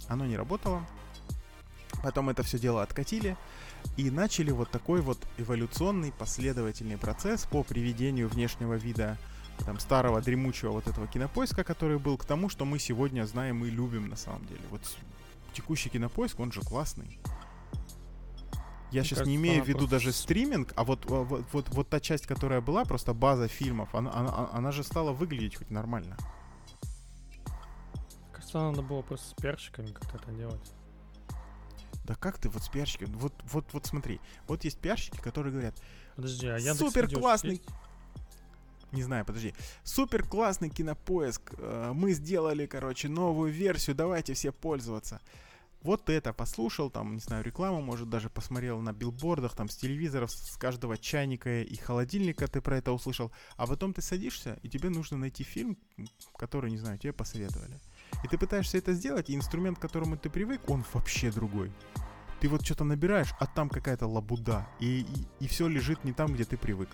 Потом это все дело откатили и начали вот такой вот эволюционный последовательный процесс по приведению внешнего вида там старого дремучего вот этого Кинопоиска, который был, к тому, что мы сегодня знаем и любим на самом деле. Вот текущий Кинопоиск, он же классный. Я сейчас не имею в виду даже стриминг, а вот та часть, которая была, просто база фильмов, она же стала выглядеть хоть нормально. Кажется, надо было просто с перчиками как-то это делать. Да как ты вот с пиарщиками? Вот смотри, вот есть пиарщики, которые говорят: подожди, а Яндекс супер классный. Не знаю, подожди. Супер классный Кинопоиск. Мы сделали, новую версию. Давайте все пользоваться. Вот это послушал, там, не знаю, рекламу, может, даже посмотрел на билбордах, там, с телевизоров, с каждого чайника и холодильника ты про это услышал. А потом ты садишься, и тебе нужно найти фильм, который, не знаю, тебе посоветовали. И ты пытаешься это сделать, и инструмент, к которому ты привык, он вообще другой. Ты вот что-то набираешь, а там какая-то лабуда. И все лежит не там, где ты привык.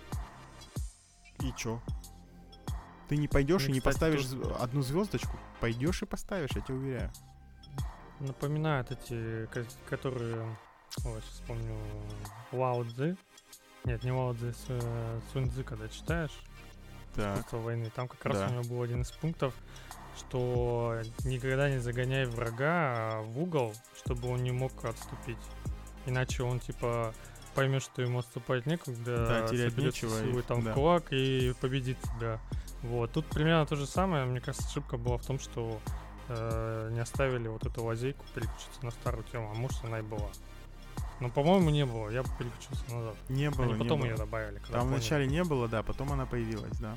И чё? Ты не пойдешь и не поставишь одну звездочку? Пойдешь и поставишь, я тебе уверяю. Напоминают эти, которые... Ой, сейчас вспомню. Лао Цзы. Нет, не Лао Цзы, Сунь Цзы, когда читаешь. Искусство войны. Там как раз у него был один из пунктов, что никогда не загоняй врага в угол, чтобы он не мог отступить. Иначе он, типа, поймет, что ему отступать некуда, терять соберет силы там в кулак и победит тебя. Вот. Тут примерно то же самое. Мне кажется, ошибка была в том, что не оставили вот эту лазейку переключиться на старую тему, а может она и была. Но, по-моему, не было. Я бы переключился назад. Не было, потом ее добавили. Там вначале не было, да, потом она появилась, да.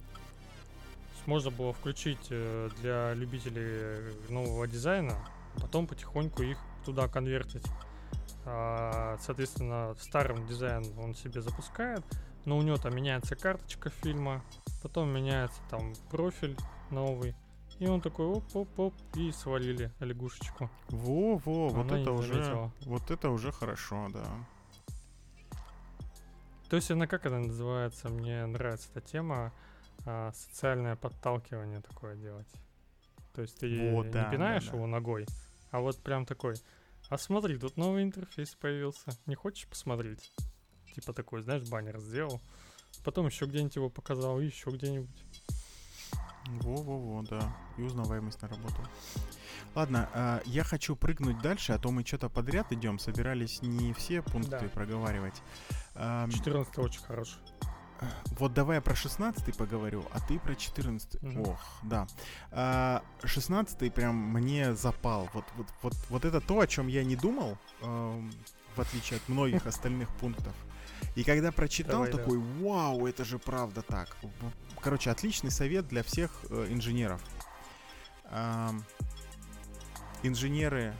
Можно было включить для любителей нового дизайна, потом потихоньку их туда конвертить. Соответственно, старым дизайн он себе запускает, но у него там меняется карточка фильма, потом меняется там профиль новый, и он такой оп-оп-оп, и свалили лягушечку. Во-во, вот это уже хорошо, да. То есть она, как она называется, мне нравится эта тема, социальное подталкивание такое делать. То есть ты не пинаешь его ногой, а вот прям такой: а смотри, тут новый интерфейс появился, не хочешь посмотреть? Типа такой, знаешь, баннер сделал, потом еще где-нибудь его показал, и еще где-нибудь. Во-во-во, да. И узнаваемость наработал. Ладно, я хочу прыгнуть дальше, а то мы что-то подряд идем, собирались не все пункты проговаривать. 14 очень хороший. Вот давай я про 16-й поговорю, а ты про 14-й. Ох, да. 16-й прям мне запал. Вот это то, о чем я не думал, в отличие от многих остальных пунктов. И когда прочитал, такой: вау, это же правда так. Короче, отличный совет для всех инженеров. Инженеры...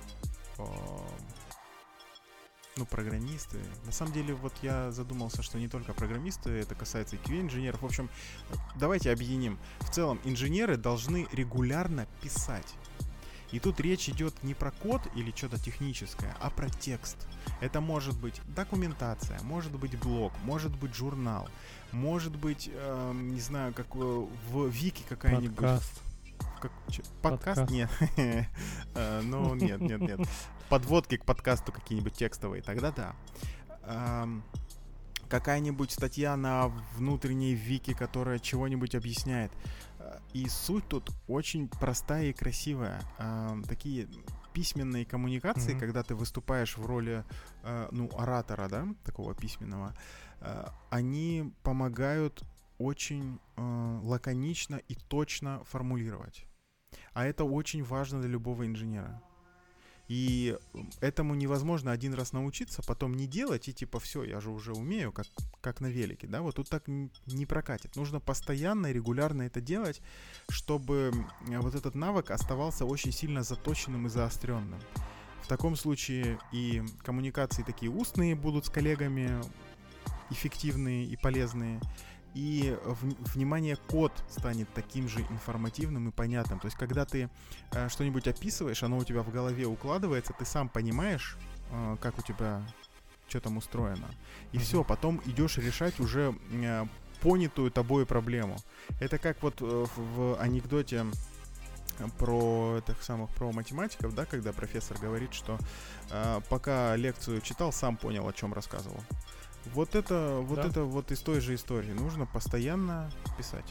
программисты. На самом деле, вот я задумался, что не только программисты, это касается и QA-инженеров. В общем, давайте объединим. В целом, инженеры должны регулярно писать. И тут речь идет не про код или что-то техническое, а про текст. Это может быть документация, может быть блог, может быть журнал, может быть, не знаю, как в Вики какая-нибудь... Подкаст? Нет. Ну, нет. Подводки к подкасту какие-нибудь текстовые, тогда да. Какая-нибудь статья на внутренней Вики, которая чего-нибудь объясняет. И суть тут очень простая и красивая. Такие письменные коммуникации, когда ты выступаешь в роли, оратора, да, такого письменного, они помогают очень лаконично и точно формулировать. А это очень важно для любого инженера. И этому невозможно один раз научиться, потом не делать и типа все, я же уже умею, как на велике, да, вот тут так не прокатит. Нужно постоянно и регулярно это делать, чтобы вот этот навык оставался очень сильно заточенным и заостренным. В таком случае и коммуникации такие устные будут с коллегами, эффективные и полезные, и внимание, код станет таким же информативным и понятным. То есть, когда ты что-нибудь описываешь, оно у тебя в голове укладывается, ты сам понимаешь, как у тебя что там устроено. И все, потом идешь решать уже понятую тобой проблему. Это как вот в анекдоте про про математиков, да, когда профессор говорит, что пока лекцию читал, сам понял, о чем рассказывал. Вот это из той же истории. Нужно постоянно писать.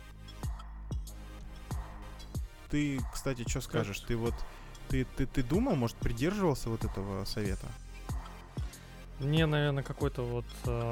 Ты, кстати, что скажешь? Ты вот ты думал, может, придерживался вот этого совета? Мне, наверное, какой-то вот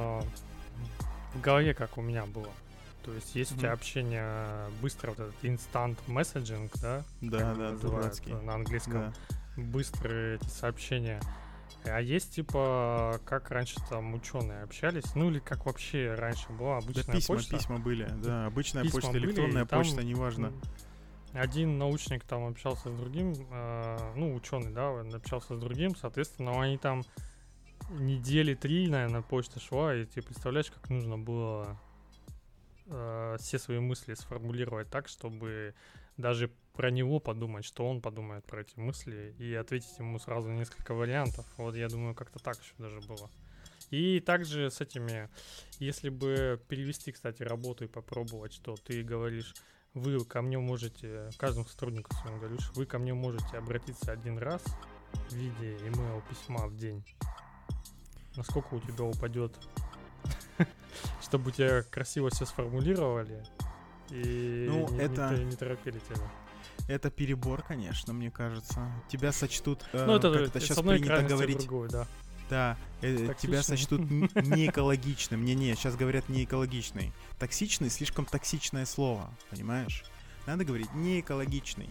в голове, как у меня было. То есть есть у тебя общение быстро, вот этот instant messaging, да? Да, дурацкий. На английском. Да. Быстрые эти сообщения. А есть, типа, как раньше там ученые общались, ну или как вообще раньше была обычная почта. Письма были, да, обычная почта, электронная почта, неважно. Один научник там общался с другим, ученый, да, общался с другим, соответственно, они там недели 3, наверное, почта шла, и ты представляешь, как нужно было все свои мысли сформулировать так, чтобы даже про него подумать, что он подумает про эти мысли, и ответить ему сразу несколько вариантов. Вот я думаю, как-то так еще даже было. И также с этими, если бы перевести, кстати, работу и попробовать, что ты говоришь, вы ко мне можете, каждому сотруднику своему говоришь, вы ко мне можете обратиться один раз в виде email письма в день. Насколько у тебя упадет, чтобы у тебя красиво все сформулировали и не торопили тебя. Это перебор, конечно, мне кажется. Тебя сочтут, как это сейчас принято говорить. Другой, да. Да, тебя сочтут неэкологичным. Не, сейчас говорят неэкологичный. Токсичный — слишком токсичное слово, понимаешь? Надо говорить неэкологичный.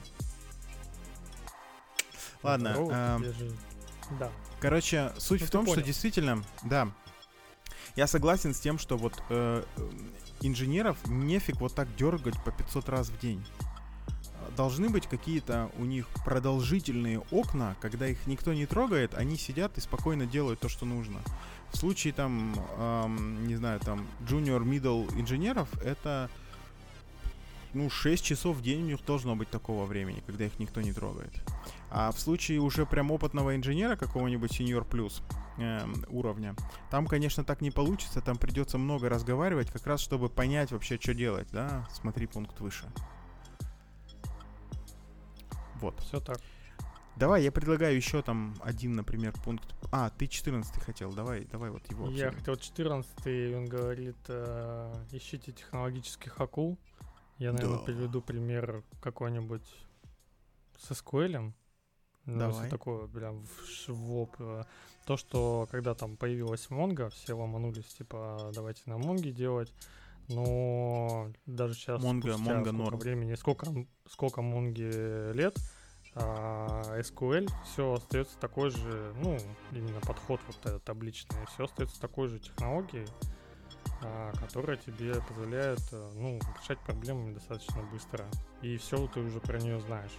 Ладно. Да. Короче, суть в том, что действительно, да, я согласен с тем, что вот инженеров нефиг вот так дергать по 500 раз в день. Должны быть какие-то у них продолжительные окна, когда их никто не трогает, они сидят и спокойно делают то, что нужно. В случае там, не знаю, там junior, middle инженеров, это 6 часов в день у них должно быть такого времени, когда их никто не трогает. А в случае уже прям опытного инженера, какого-нибудь senior plus уровня, там, конечно, так не получится, там придется много разговаривать, как раз чтобы понять вообще, что делать, да, смотри пункт выше. Вот. Все так. Давай, я предлагаю еще там один, например, пункт. Ты 14 хотел, давай вот его обсудим. Я хотел 14, он говорит, ищите технологических акул. Я, наверное, приведу пример какой-нибудь с SQL. Давай. Такое прям в лоб. То, что когда там появилась Mongo, все ломанулись, типа, давайте на Mongo делать. Но даже сейчас Mongo времени, сколько Mongo лет, SQL все остается такой же, именно подход вот этот табличный, все остается такой же технологией, которая тебе позволяет, решать проблемы достаточно быстро. И все ты уже про нее знаешь.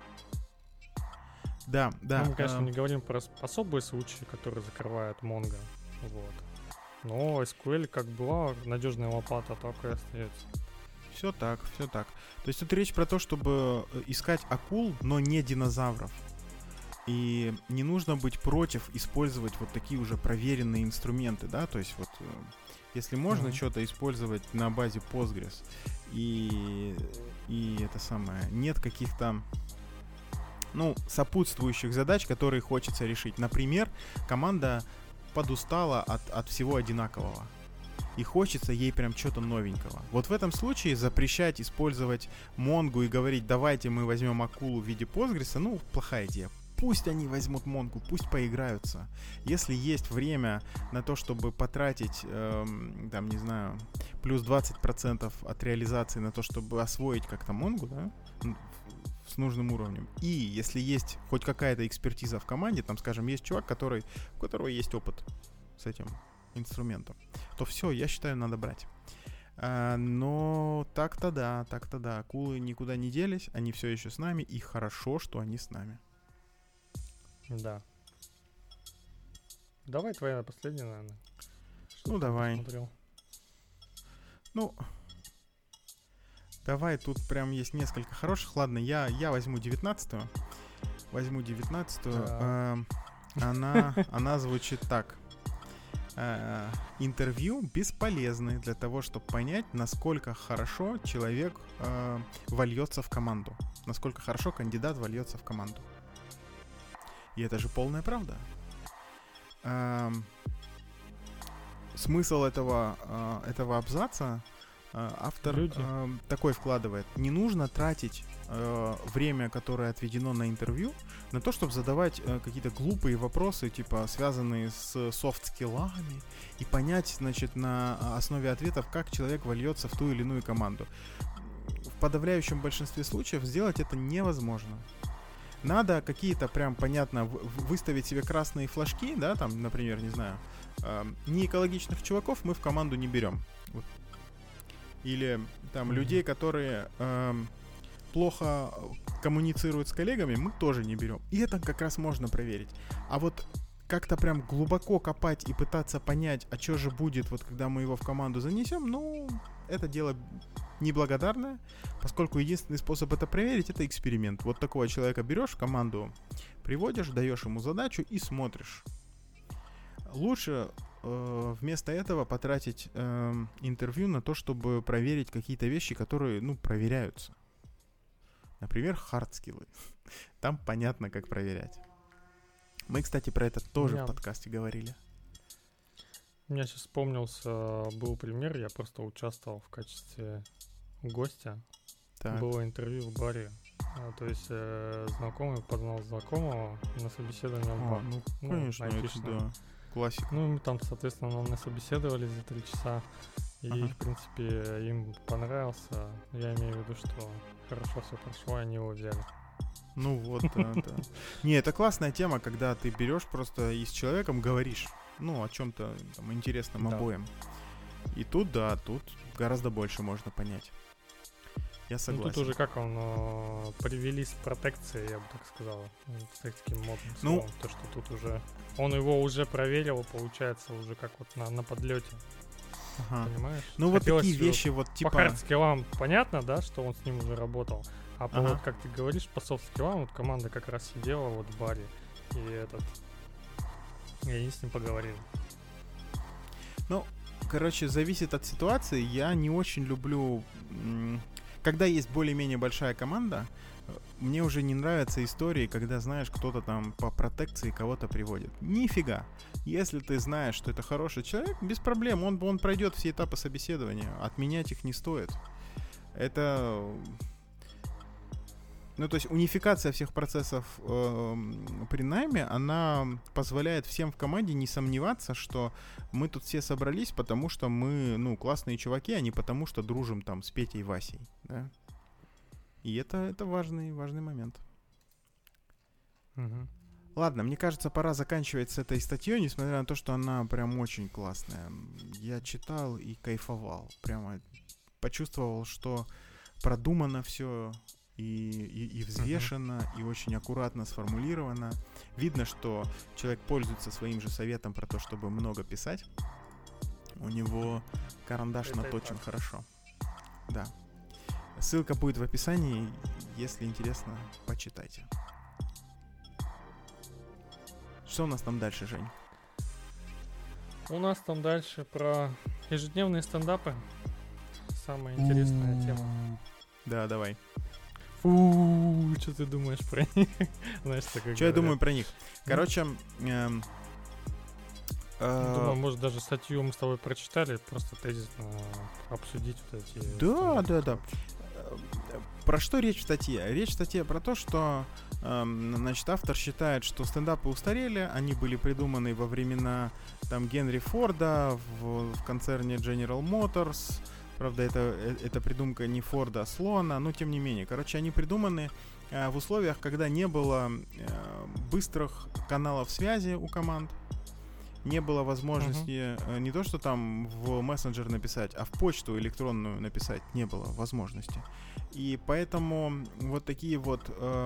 Да. Мы, конечно, не говорим про особые случаи, которые закрывают Mongo. Вот. Но SQL как была надежная лопата, так и остается. Все так. То есть тут речь про то, чтобы искать акул, но не динозавров. И не нужно быть против использовать вот такие уже проверенные инструменты, да, то есть вот если можно что-то использовать на базе Postgres и это самое, нет каких-то сопутствующих задач, которые хочется решить. Например, команда подустала от всего одинакового. И хочется ей прям что-то новенького. Вот в этом случае запрещать использовать Mongo и говорить, давайте мы возьмем акулу в виде Postgres, плохая идея. Пусть они возьмут Монгу, пусть поиграются. Если есть время на то, чтобы потратить, там, не знаю, плюс 20% от реализации на то, чтобы освоить как-то Монгу, да, с нужным уровнем. И если есть хоть какая-то экспертиза в команде, там, скажем, есть чувак, у которого есть опыт с этим инструментом, то все, я считаю, надо брать. Но так-то да. Акулы никуда не делись, они все еще с нами, и хорошо, что они с нами. Да. Давай твоя последняя, наверное. Ну, давай. Ну, давай, тут прям есть несколько хороших. Ладно, я возьму 19-ю. Она звучит так. Интервью бесполезны для того, чтобы понять, насколько хорошо человек вольется в команду. Насколько хорошо кандидат вольется в команду. И это же полная правда. Смысл этого абзаца автор такой вкладывает. Не нужно тратить время, которое отведено на интервью, на то, чтобы задавать какие-то глупые вопросы, типа связанные с софт-скиллами, и понять, значит, на основе ответов, как человек вольется в ту или иную команду. В подавляющем большинстве случаев сделать это невозможно. Надо какие-то прям, понятно, выставить себе красные флажки, да, там, например, не знаю, неэкологичных чуваков мы в команду не берем. Вот. Или там людей, которые плохо коммуницируют с коллегами, мы тоже не берем. И это как раз можно проверить. А вот как-то прям глубоко копать и пытаться понять, а что же будет, вот когда мы его в команду занесем, ну, это дело неблагодарное, поскольку единственный способ это проверить — это эксперимент. Вот такого человека берешь в команду, приводишь, даешь ему задачу и смотришь. Лучше вместо этого потратить интервью на то, чтобы проверить какие-то вещи, которые, ну, проверяются. Например, хардскиллы. Там понятно, как проверять. Мы, кстати, про это тоже в подкасте говорили. У меня сейчас вспомнился, был пример, я просто участвовал в качестве гостя. Так. Было интервью в баре. То есть знакомый познал знакомого на собеседовании в бар. Ну, конечно, это да. Классика. Ну, мы там, соответственно, насобеседовались за 3 часа. И, в принципе, им понравился. Я имею в виду, что хорошо все прошло, и они его взяли. Ну вот, да. Не, это классная тема, когда ты берешь просто и с человеком говоришь, ну, о чем-то там интересном обоим. И тут, да, тут гораздо больше можно понять. Я согласен. Ну, тут уже как он привели с протекцией, я бы так сказал. С таким модным словом. То, что тут уже он его уже проверил, получается, уже как вот на подлете. Ага. Понимаешь? Ну, вот такие вещи, вот типа... По хардскиллам понятно, да, что он с ним уже работал. А по вот, как ты говоришь, по софт-скиллам, вот команда как раз сидела вот в баре. И они с ним поговорили. Ну, короче, зависит от ситуации. Я не очень люблю... Когда есть более-менее большая команда, мне уже не нравятся истории, когда, знаешь, кто-то там по протекции кого-то приводит. Нифига. Если ты знаешь, что это хороший человек, без проблем, он пройдет все этапы собеседования. Отменять их не стоит. Это... Ну, то есть унификация всех процессов при найме, она позволяет всем в команде не сомневаться, что мы тут все собрались, потому что мы, ну, классные чуваки, а не потому что дружим там с Петей и Васей, да? И это важный момент. Угу. Ладно, мне кажется, пора заканчивать с этой статьей, несмотря на то, что она прям очень классная. Я читал и кайфовал. Прямо почувствовал, что продумано все... И взвешенно, и очень аккуратно сформулировано. Видно, что человек пользуется своим же советом про то, чтобы много писать. У него карандаш наточен хорошо. Да. Ссылка будет в описании. Если интересно, почитайте. Что у нас там дальше, Жень? У нас там дальше про ежедневные стендапы. Самая интересная тема. Да, давай. Что ты думаешь про них? Знаешь, что я думаю про них? Короче, думаю, может, даже статью мы с тобой прочитали, просто тезисно обсудить вот эти... Да. Про что речь в статье? Речь в статье про то, что Значит, автор считает, что стендапы устарели, они были придуманы во времена там Генри Форда в концерне General Motors. Правда, это придумка не Форда, а Слоана, но тем не менее. Короче, они придуманы в условиях, когда не было быстрых каналов связи у команд, не было возможности не то, что там в мессенджер написать, а в почту электронную написать не было возможности. И поэтому вот такие вот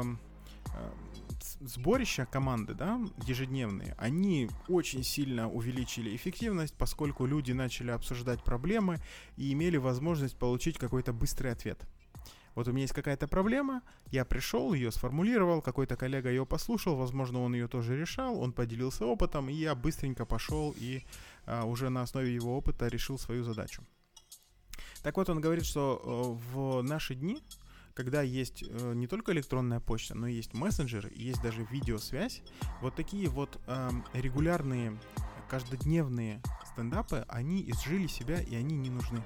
сборища команды, да, ежедневные, они очень сильно увеличили эффективность, поскольку люди начали обсуждать проблемы и имели возможность получить какой-то быстрый ответ. Вот у меня есть какая-то проблема, я пришел, ее сформулировал, какой-то коллега ее послушал, возможно, он ее тоже решал, он поделился опытом, и я быстренько пошел и уже на основе его опыта решил свою задачу. Так вот, он говорит, что в наши дни, когда есть не только электронная почта, но и есть мессенджеры, и есть даже видеосвязь, вот такие вот регулярные, каждодневные стендапы, они изжили себя, и они не нужны.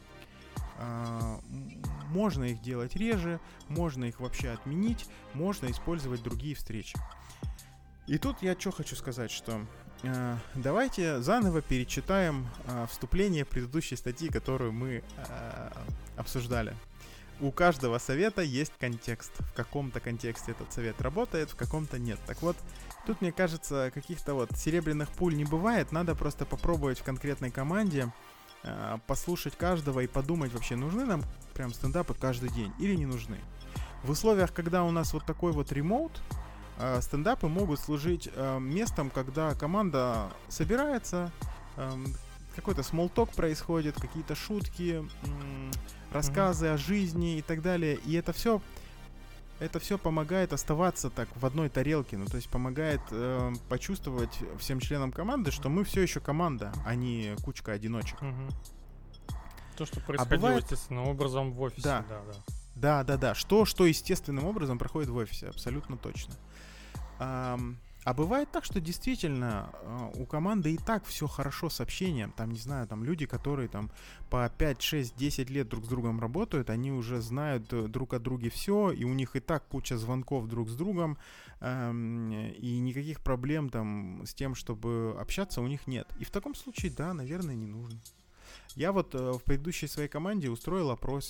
Можно их делать реже, можно их вообще отменить, можно использовать другие встречи. И тут я что хочу сказать, что давайте заново перечитаем вступление предыдущей статьи, которую мы обсуждали. У каждого совета есть контекст. В каком-то контексте этот совет работает, в каком-то нет. Так вот, тут, мне кажется, каких-то вот серебряных пуль не бывает. Надо просто попробовать в конкретной команде послушать каждого и подумать, вообще нужны нам прям стендапы каждый день или не нужны. В условиях, когда у нас вот такой вот ремоут, стендапы могут служить местом, когда команда собирается, какой-то смолток происходит, какие-то шутки, рассказы о жизни и так далее. И это все помогает оставаться так в одной тарелке. Ну, то есть помогает почувствовать всем членам команды, что мы все еще команда, а не кучка одиночек. То, что происходило естественным образом в офисе. Да. Что естественным образом проходит в офисе, абсолютно точно. А бывает так, что действительно у команды и так все хорошо с общением. Там, не знаю, там люди, которые там по 5, 6, 10 лет друг с другом работают, они уже знают друг о друге все, и у них и так куча звонков друг с другом, и никаких проблем там с тем, чтобы общаться, у них нет. И в таком случае, да, наверное, не нужно. Я вот в предыдущей своей команде устроил опрос,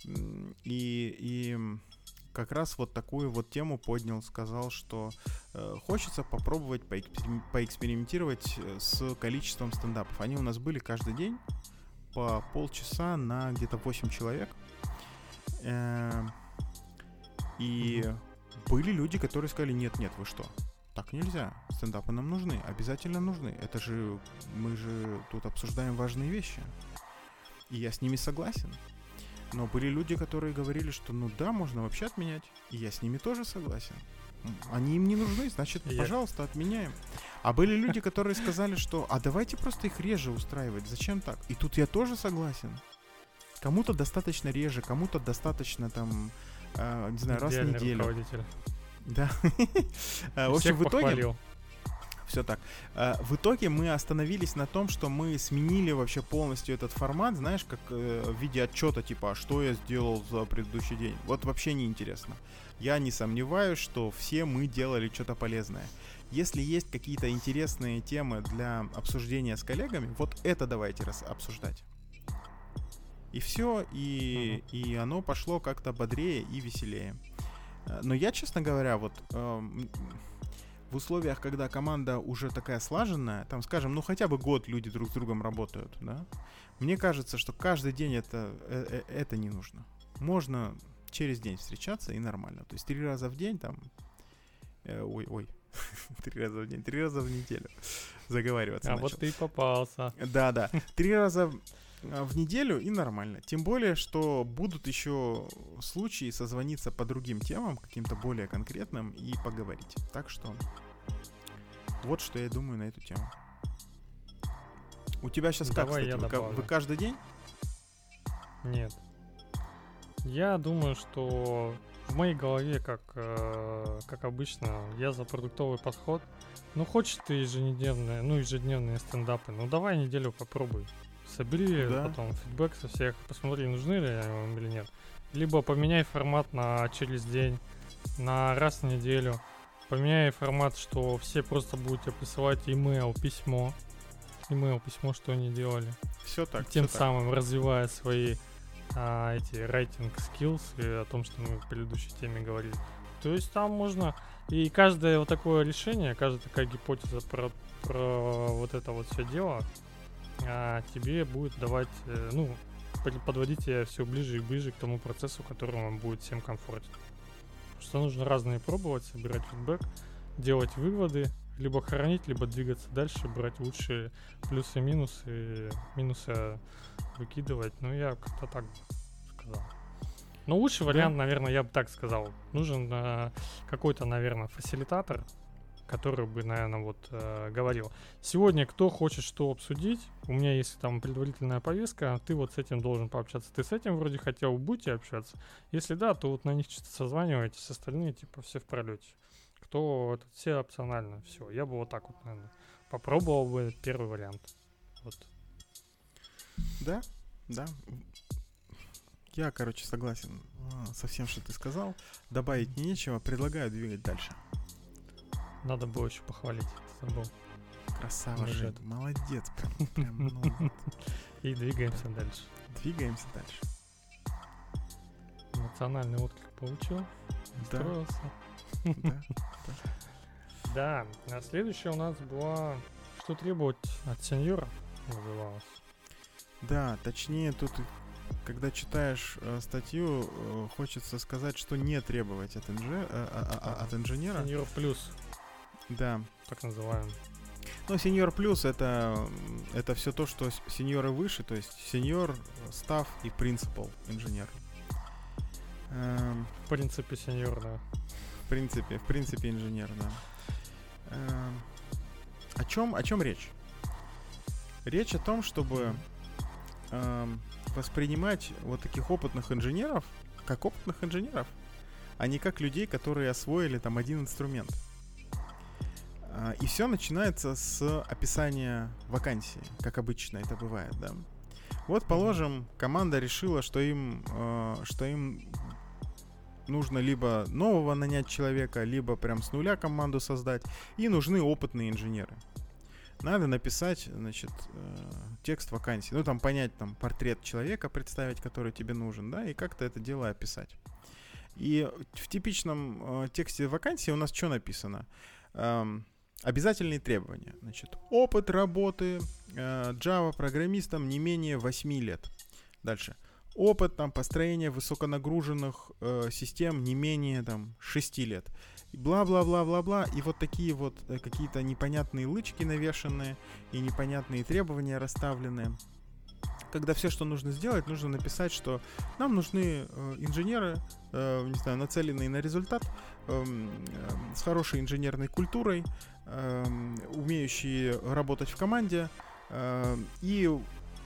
и как раз вот такую вот тему поднял, сказал, что хочется попробовать поэкспериментировать с количеством стендапов. Они у нас были каждый день по полчаса на где-то 8 человек. И были люди, которые сказали, нет, вы что? Так нельзя, стендапы нам нужны, обязательно нужны. Это же, мы же тут обсуждаем важные вещи. И я с ними согласен. Но были люди, которые говорили, что ну да, можно вообще отменять. И я с ними тоже согласен. Они им не нужны, значит, пожалуйста, отменяем. А были люди, которые сказали, что а давайте просто их реже устраивать. Зачем так? И тут я тоже согласен. Кому-то достаточно реже, кому-то достаточно там, не знаю, раз в неделю. Руководитель. Да. В общем, в итоге... Все так. В итоге мы остановились на том, что мы сменили вообще полностью этот формат, знаешь, как в виде отчета, типа, а что я сделал за предыдущий день. Вот вообще не интересно. Я не сомневаюсь, что все мы делали что-то полезное. Если есть какие-то интересные темы для обсуждения с коллегами, вот это давайте обсуждать. И все, и оно пошло как-то бодрее и веселее. Но я, честно говоря, вот... в условиях, когда команда уже такая слаженная, там, скажем, ну хотя бы год люди друг с другом работают, да, мне кажется, что каждый день это не нужно. Можно через день встречаться и нормально. То есть 3 раза в день там... 3 раза в день, 3 раза в неделю заговариваться начал. Вот ты и попался. Да. 3 раза в неделю и нормально. Тем более, что будут еще случаи созвониться по другим темам, каким-то более конкретным, и поговорить. Так что вот что я думаю на эту тему. У тебя сейчас как, кстати? Вы каждый день? Нет. Я думаю, что в моей голове, как обычно, я за продуктовый подход. Ну, хочешь ты ежедневные стендапы, ну давай неделю попробуй. Собери потом фидбэк со всех, посмотри, нужны ли они вам или нет. Либо поменяй формат на через день, на раз в неделю. Поменяй формат, что все просто будут тебе присылать письмо, что они делали. Все так. И тем самым развивая свои эти writing skills, и о том, что мы в предыдущей теме говорили. То есть там можно... И каждое вот такое решение, каждая такая гипотеза про вот это вот все дело тебе будет давать, подводить тебя все ближе и ближе к тому процессу, который вам будет всем комфортен. Потому что нужно разные пробовать, собирать фидбэк, делать выводы, либо хранить, либо двигаться дальше, брать лучшие плюсы и минусы выкидывать. Я как-то так сказал. Но лучший вариант, наверное, я бы так сказал. Нужен какой-то, наверное, фасилитатор, который бы, наверное, говорил. Сегодня кто хочет что обсудить, у меня есть там предварительная повестка, ты вот с этим должен пообщаться. Ты с этим вроде хотел, будете общаться? Если да, то вот на них что-то созваниваетесь, остальные типа все в пролете. Кто все опционально, все. Я бы вот так вот, наверное, попробовал бы первый вариант. Вот. Да. Я, согласен со всем, что ты сказал. Добавить нечего, предлагаю двигать дальше. Надо было еще похвалить. Забыл. Красава, Жень, молодец. Прям, И двигаемся дальше. Эмоциональный отклик получил. Строился. Да. А следующая у нас была «Что требовать от сеньора» называлась. Да, точнее тут, когда читаешь статью, хочется сказать, что не требовать от инженера. Сеньор плюс. Да. Так называем. Сеньор плюс это все то, что сеньоры выше, то есть сеньор, став и принципал инженер. В принципе, сеньор, да. В принципе, инженер, да. О чем речь? Речь о том, чтобы воспринимать вот таких опытных инженеров как опытных инженеров, а не как людей, которые освоили там один инструмент. И все начинается с описания вакансии, как обычно это бывает, да. Вот, положим, команда решила, что им нужно либо нового нанять человека, либо прям с нуля команду создать, и нужны опытные инженеры. Надо написать, текст вакансии, там понять, портрет человека представить, который тебе нужен, да, и как-то это дело описать. И в типичном тексте вакансии у нас что написано? Обязательные требования. Опыт работы Java программистом не менее 8 лет. Дальше. Опыт построения высоконагруженных систем не менее 6 лет. Бла-бла-бла-бла-бла. И вот такие вот какие-то непонятные лычки навешанные и непонятные требования расставленные. Когда все, что нужно сделать, нужно написать, что нам нужны инженеры, нацеленные на результат, с хорошей инженерной культурой, умеющие работать в команде и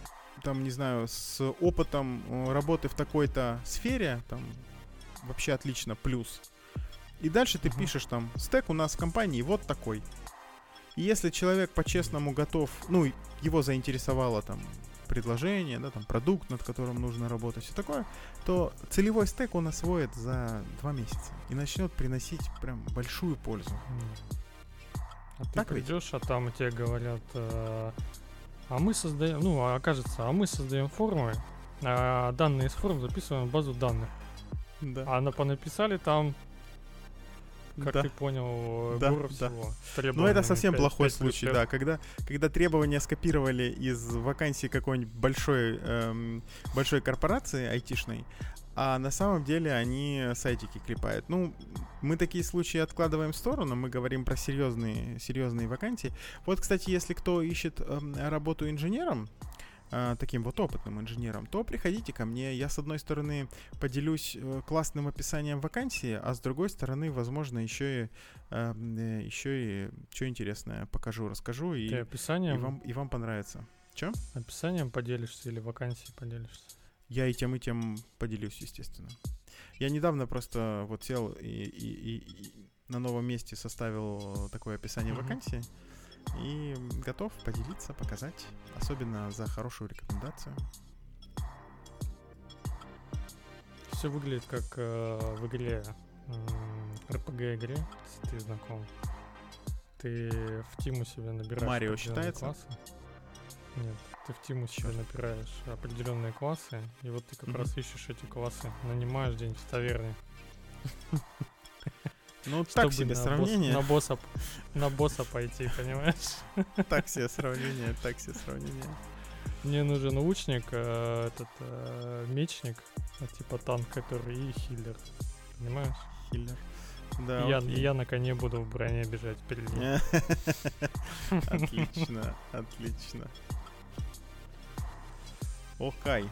с опытом работы в такой-то сфере, вообще отлично, плюс. И дальше ты пишешь стек у нас в компании вот такой. И если человек по-честному готов, его заинтересовало предложение, продукт, над которым нужно работать, все такое, то целевой стек он освоит за 2 месяца и начнет приносить прям большую пользу. А ты придешь, а там тебе говорят, мы создаем формы, а данные из форм записываем в базу данных. Да. А понаписали там, как ты понял, гору всего. Это совсем плохой случай, да. Когда требования скопировали из вакансии какой-нибудь большой корпорации айтишной, а на самом деле они сайтики клепают. Мы такие случаи откладываем в сторону, мы говорим про серьезные вакансии. Вот, кстати, если кто ищет работу инженером, таким вот опытным инженером, то приходите ко мне. Я, с одной стороны, поделюсь классным описанием вакансии, а с другой стороны, возможно, еще и что интересное покажу, расскажу, и вам понравится. Че? Описанием поделишься или вакансией поделишься? Я и тем поделюсь, естественно. Я недавно просто сел и на новом месте составил такое описание вакансии. И готов поделиться, показать. Особенно за хорошую рекомендацию. Все выглядит как в игре RPG-игре, если ты знаком. Ты в тиму себе набираешь Марио считается? классы. Нет, ты в тиму себе набираешь определенные классы, и вот ты как раз ищешь эти классы, нанимаешь где-нибудь в таверне. Ну, так себе сравнение. На босса пойти, понимаешь? Так себе сравнение. Мне нужен лучник, мечник, типа танк, который и хиллер. Понимаешь? Хиллер. Да, и я на коне буду в броне бежать перед ним. Отлично. Окей.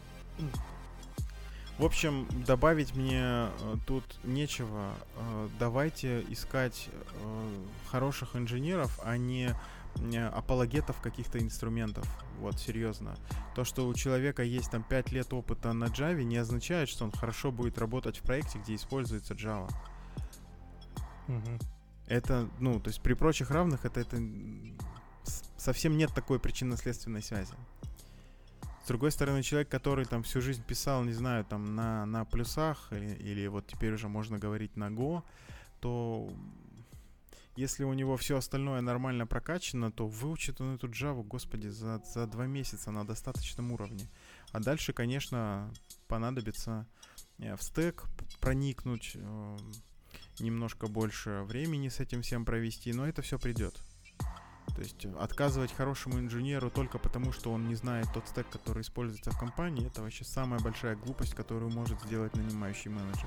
В общем, добавить мне тут нечего. Давайте искать хороших инженеров, а не апологетов каких-то инструментов. Вот, серьезно. То, что у человека есть там 5 лет опыта на Java, не означает, что он хорошо будет работать в проекте, где используется Java. Это, то есть при прочих равных это совсем нет такой причинно-следственной связи. С другой стороны, человек, который там всю жизнь писал, не знаю, там на плюсах, или вот теперь уже можно говорить на Go, то если у него все остальное нормально прокачано, то выучит он эту Java, господи, за 2 месяца на достаточном уровне. А дальше, конечно, понадобится в стэк проникнуть, немножко больше времени с этим всем провести, но это все придет. То есть отказывать хорошему инженеру только потому, что он не знает тот стэк, который используется в компании, это вообще самая большая глупость, которую может сделать нанимающий менеджер.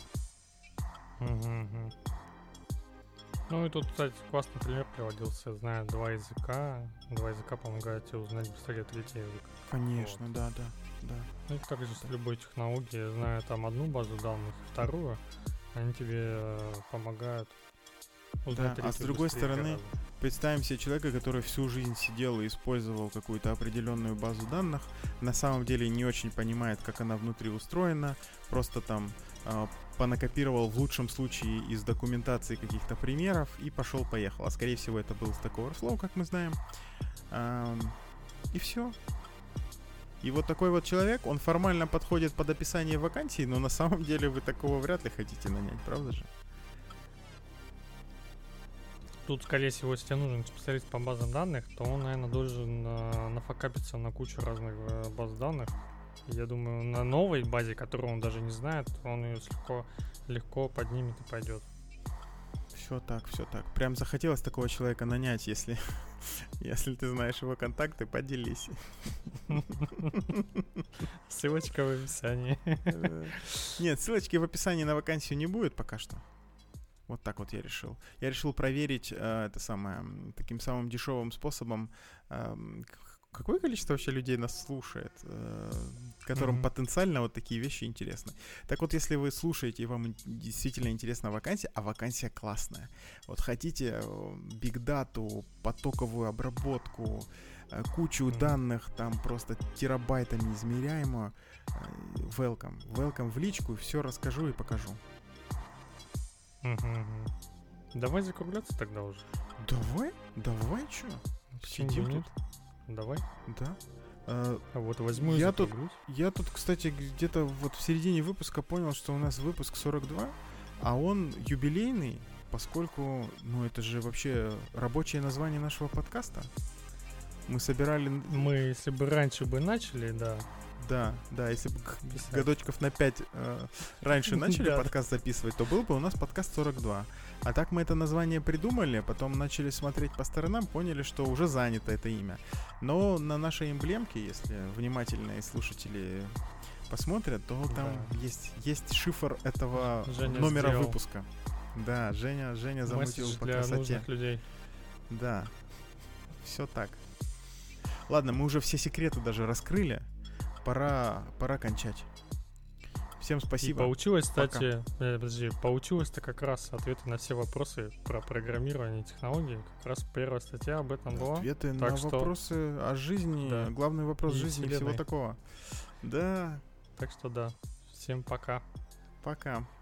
Ну и тут, кстати, классный пример приводился. Знаю, два языка помогают тебе узнать быстрее третий язык. Конечно, вот. Да. Ну и также с любой технологией, зная там одну базу данных, вторую, они тебе помогают узнать третью. А с другой стороны, представим себе человека, который всю жизнь сидел и использовал какую-то определенную базу данных, на самом деле не очень понимает, как она внутри устроена, просто там понакопировал в лучшем случае из документации каких-то примеров и пошел-поехал. А скорее всего это был Stack Overflow, как мы знаем. И все. И вот такой вот человек, он формально подходит под описание вакансии, но на самом деле вы такого вряд ли хотите нанять, правда же? Тут, скорее всего, если тебе нужен специалист по базам данных, то он, наверное, должен нафакапиться на кучу разных баз данных. Я думаю, на новой базе, которую он даже не знает, он ее легко поднимет и пойдет. Все так. Прям захотелось такого человека нанять, если ты знаешь его контакты, поделись. Ссылочка в описании. Нет, ссылочки в описании на вакансию не будет пока что. Вот так вот я решил. Я решил проверить таким самым дешевым способом, какое количество вообще людей нас слушает, которым потенциально вот такие вещи интересны. Так вот, если вы слушаете и вам действительно интересна вакансия, а вакансия классная, вот хотите бигдату, потоковую обработку, кучу данных, там просто терабайтами измеряемую, welcome в личку, все расскажу и покажу. Давай закругляться тогда уже. Давай, чё? Сидим тут. Давай. Да. Вот возьму и я тут, кстати, где-то вот в середине выпуска понял, что у нас выпуск 42, а он юбилейный, поскольку, это же вообще рабочее название нашего подкаста. Мы, если бы раньше начали, да. Да, если бы годочков на 5 раньше начали подкаст записывать, то был бы у нас подкаст 42. А так мы это название придумали, потом начали смотреть по сторонам, поняли, что уже занято это имя. Но на нашей эмблемке, если внимательные слушатели посмотрят, то там есть шифр этого номера выпуска. Да, Женя замутил по красоте. Для нужных людей. Да, все так. Ладно, мы уже все секреты даже раскрыли. Пора кончать. Всем спасибо. И получилось, кстати, получилось-то как раз ответы на все вопросы про программирование и технологии. Как раз первая статья об этом была. Ответы на вопросы о жизни, да. Главный вопрос и жизни и всего такого. Да. Так что да. Всем пока. Пока.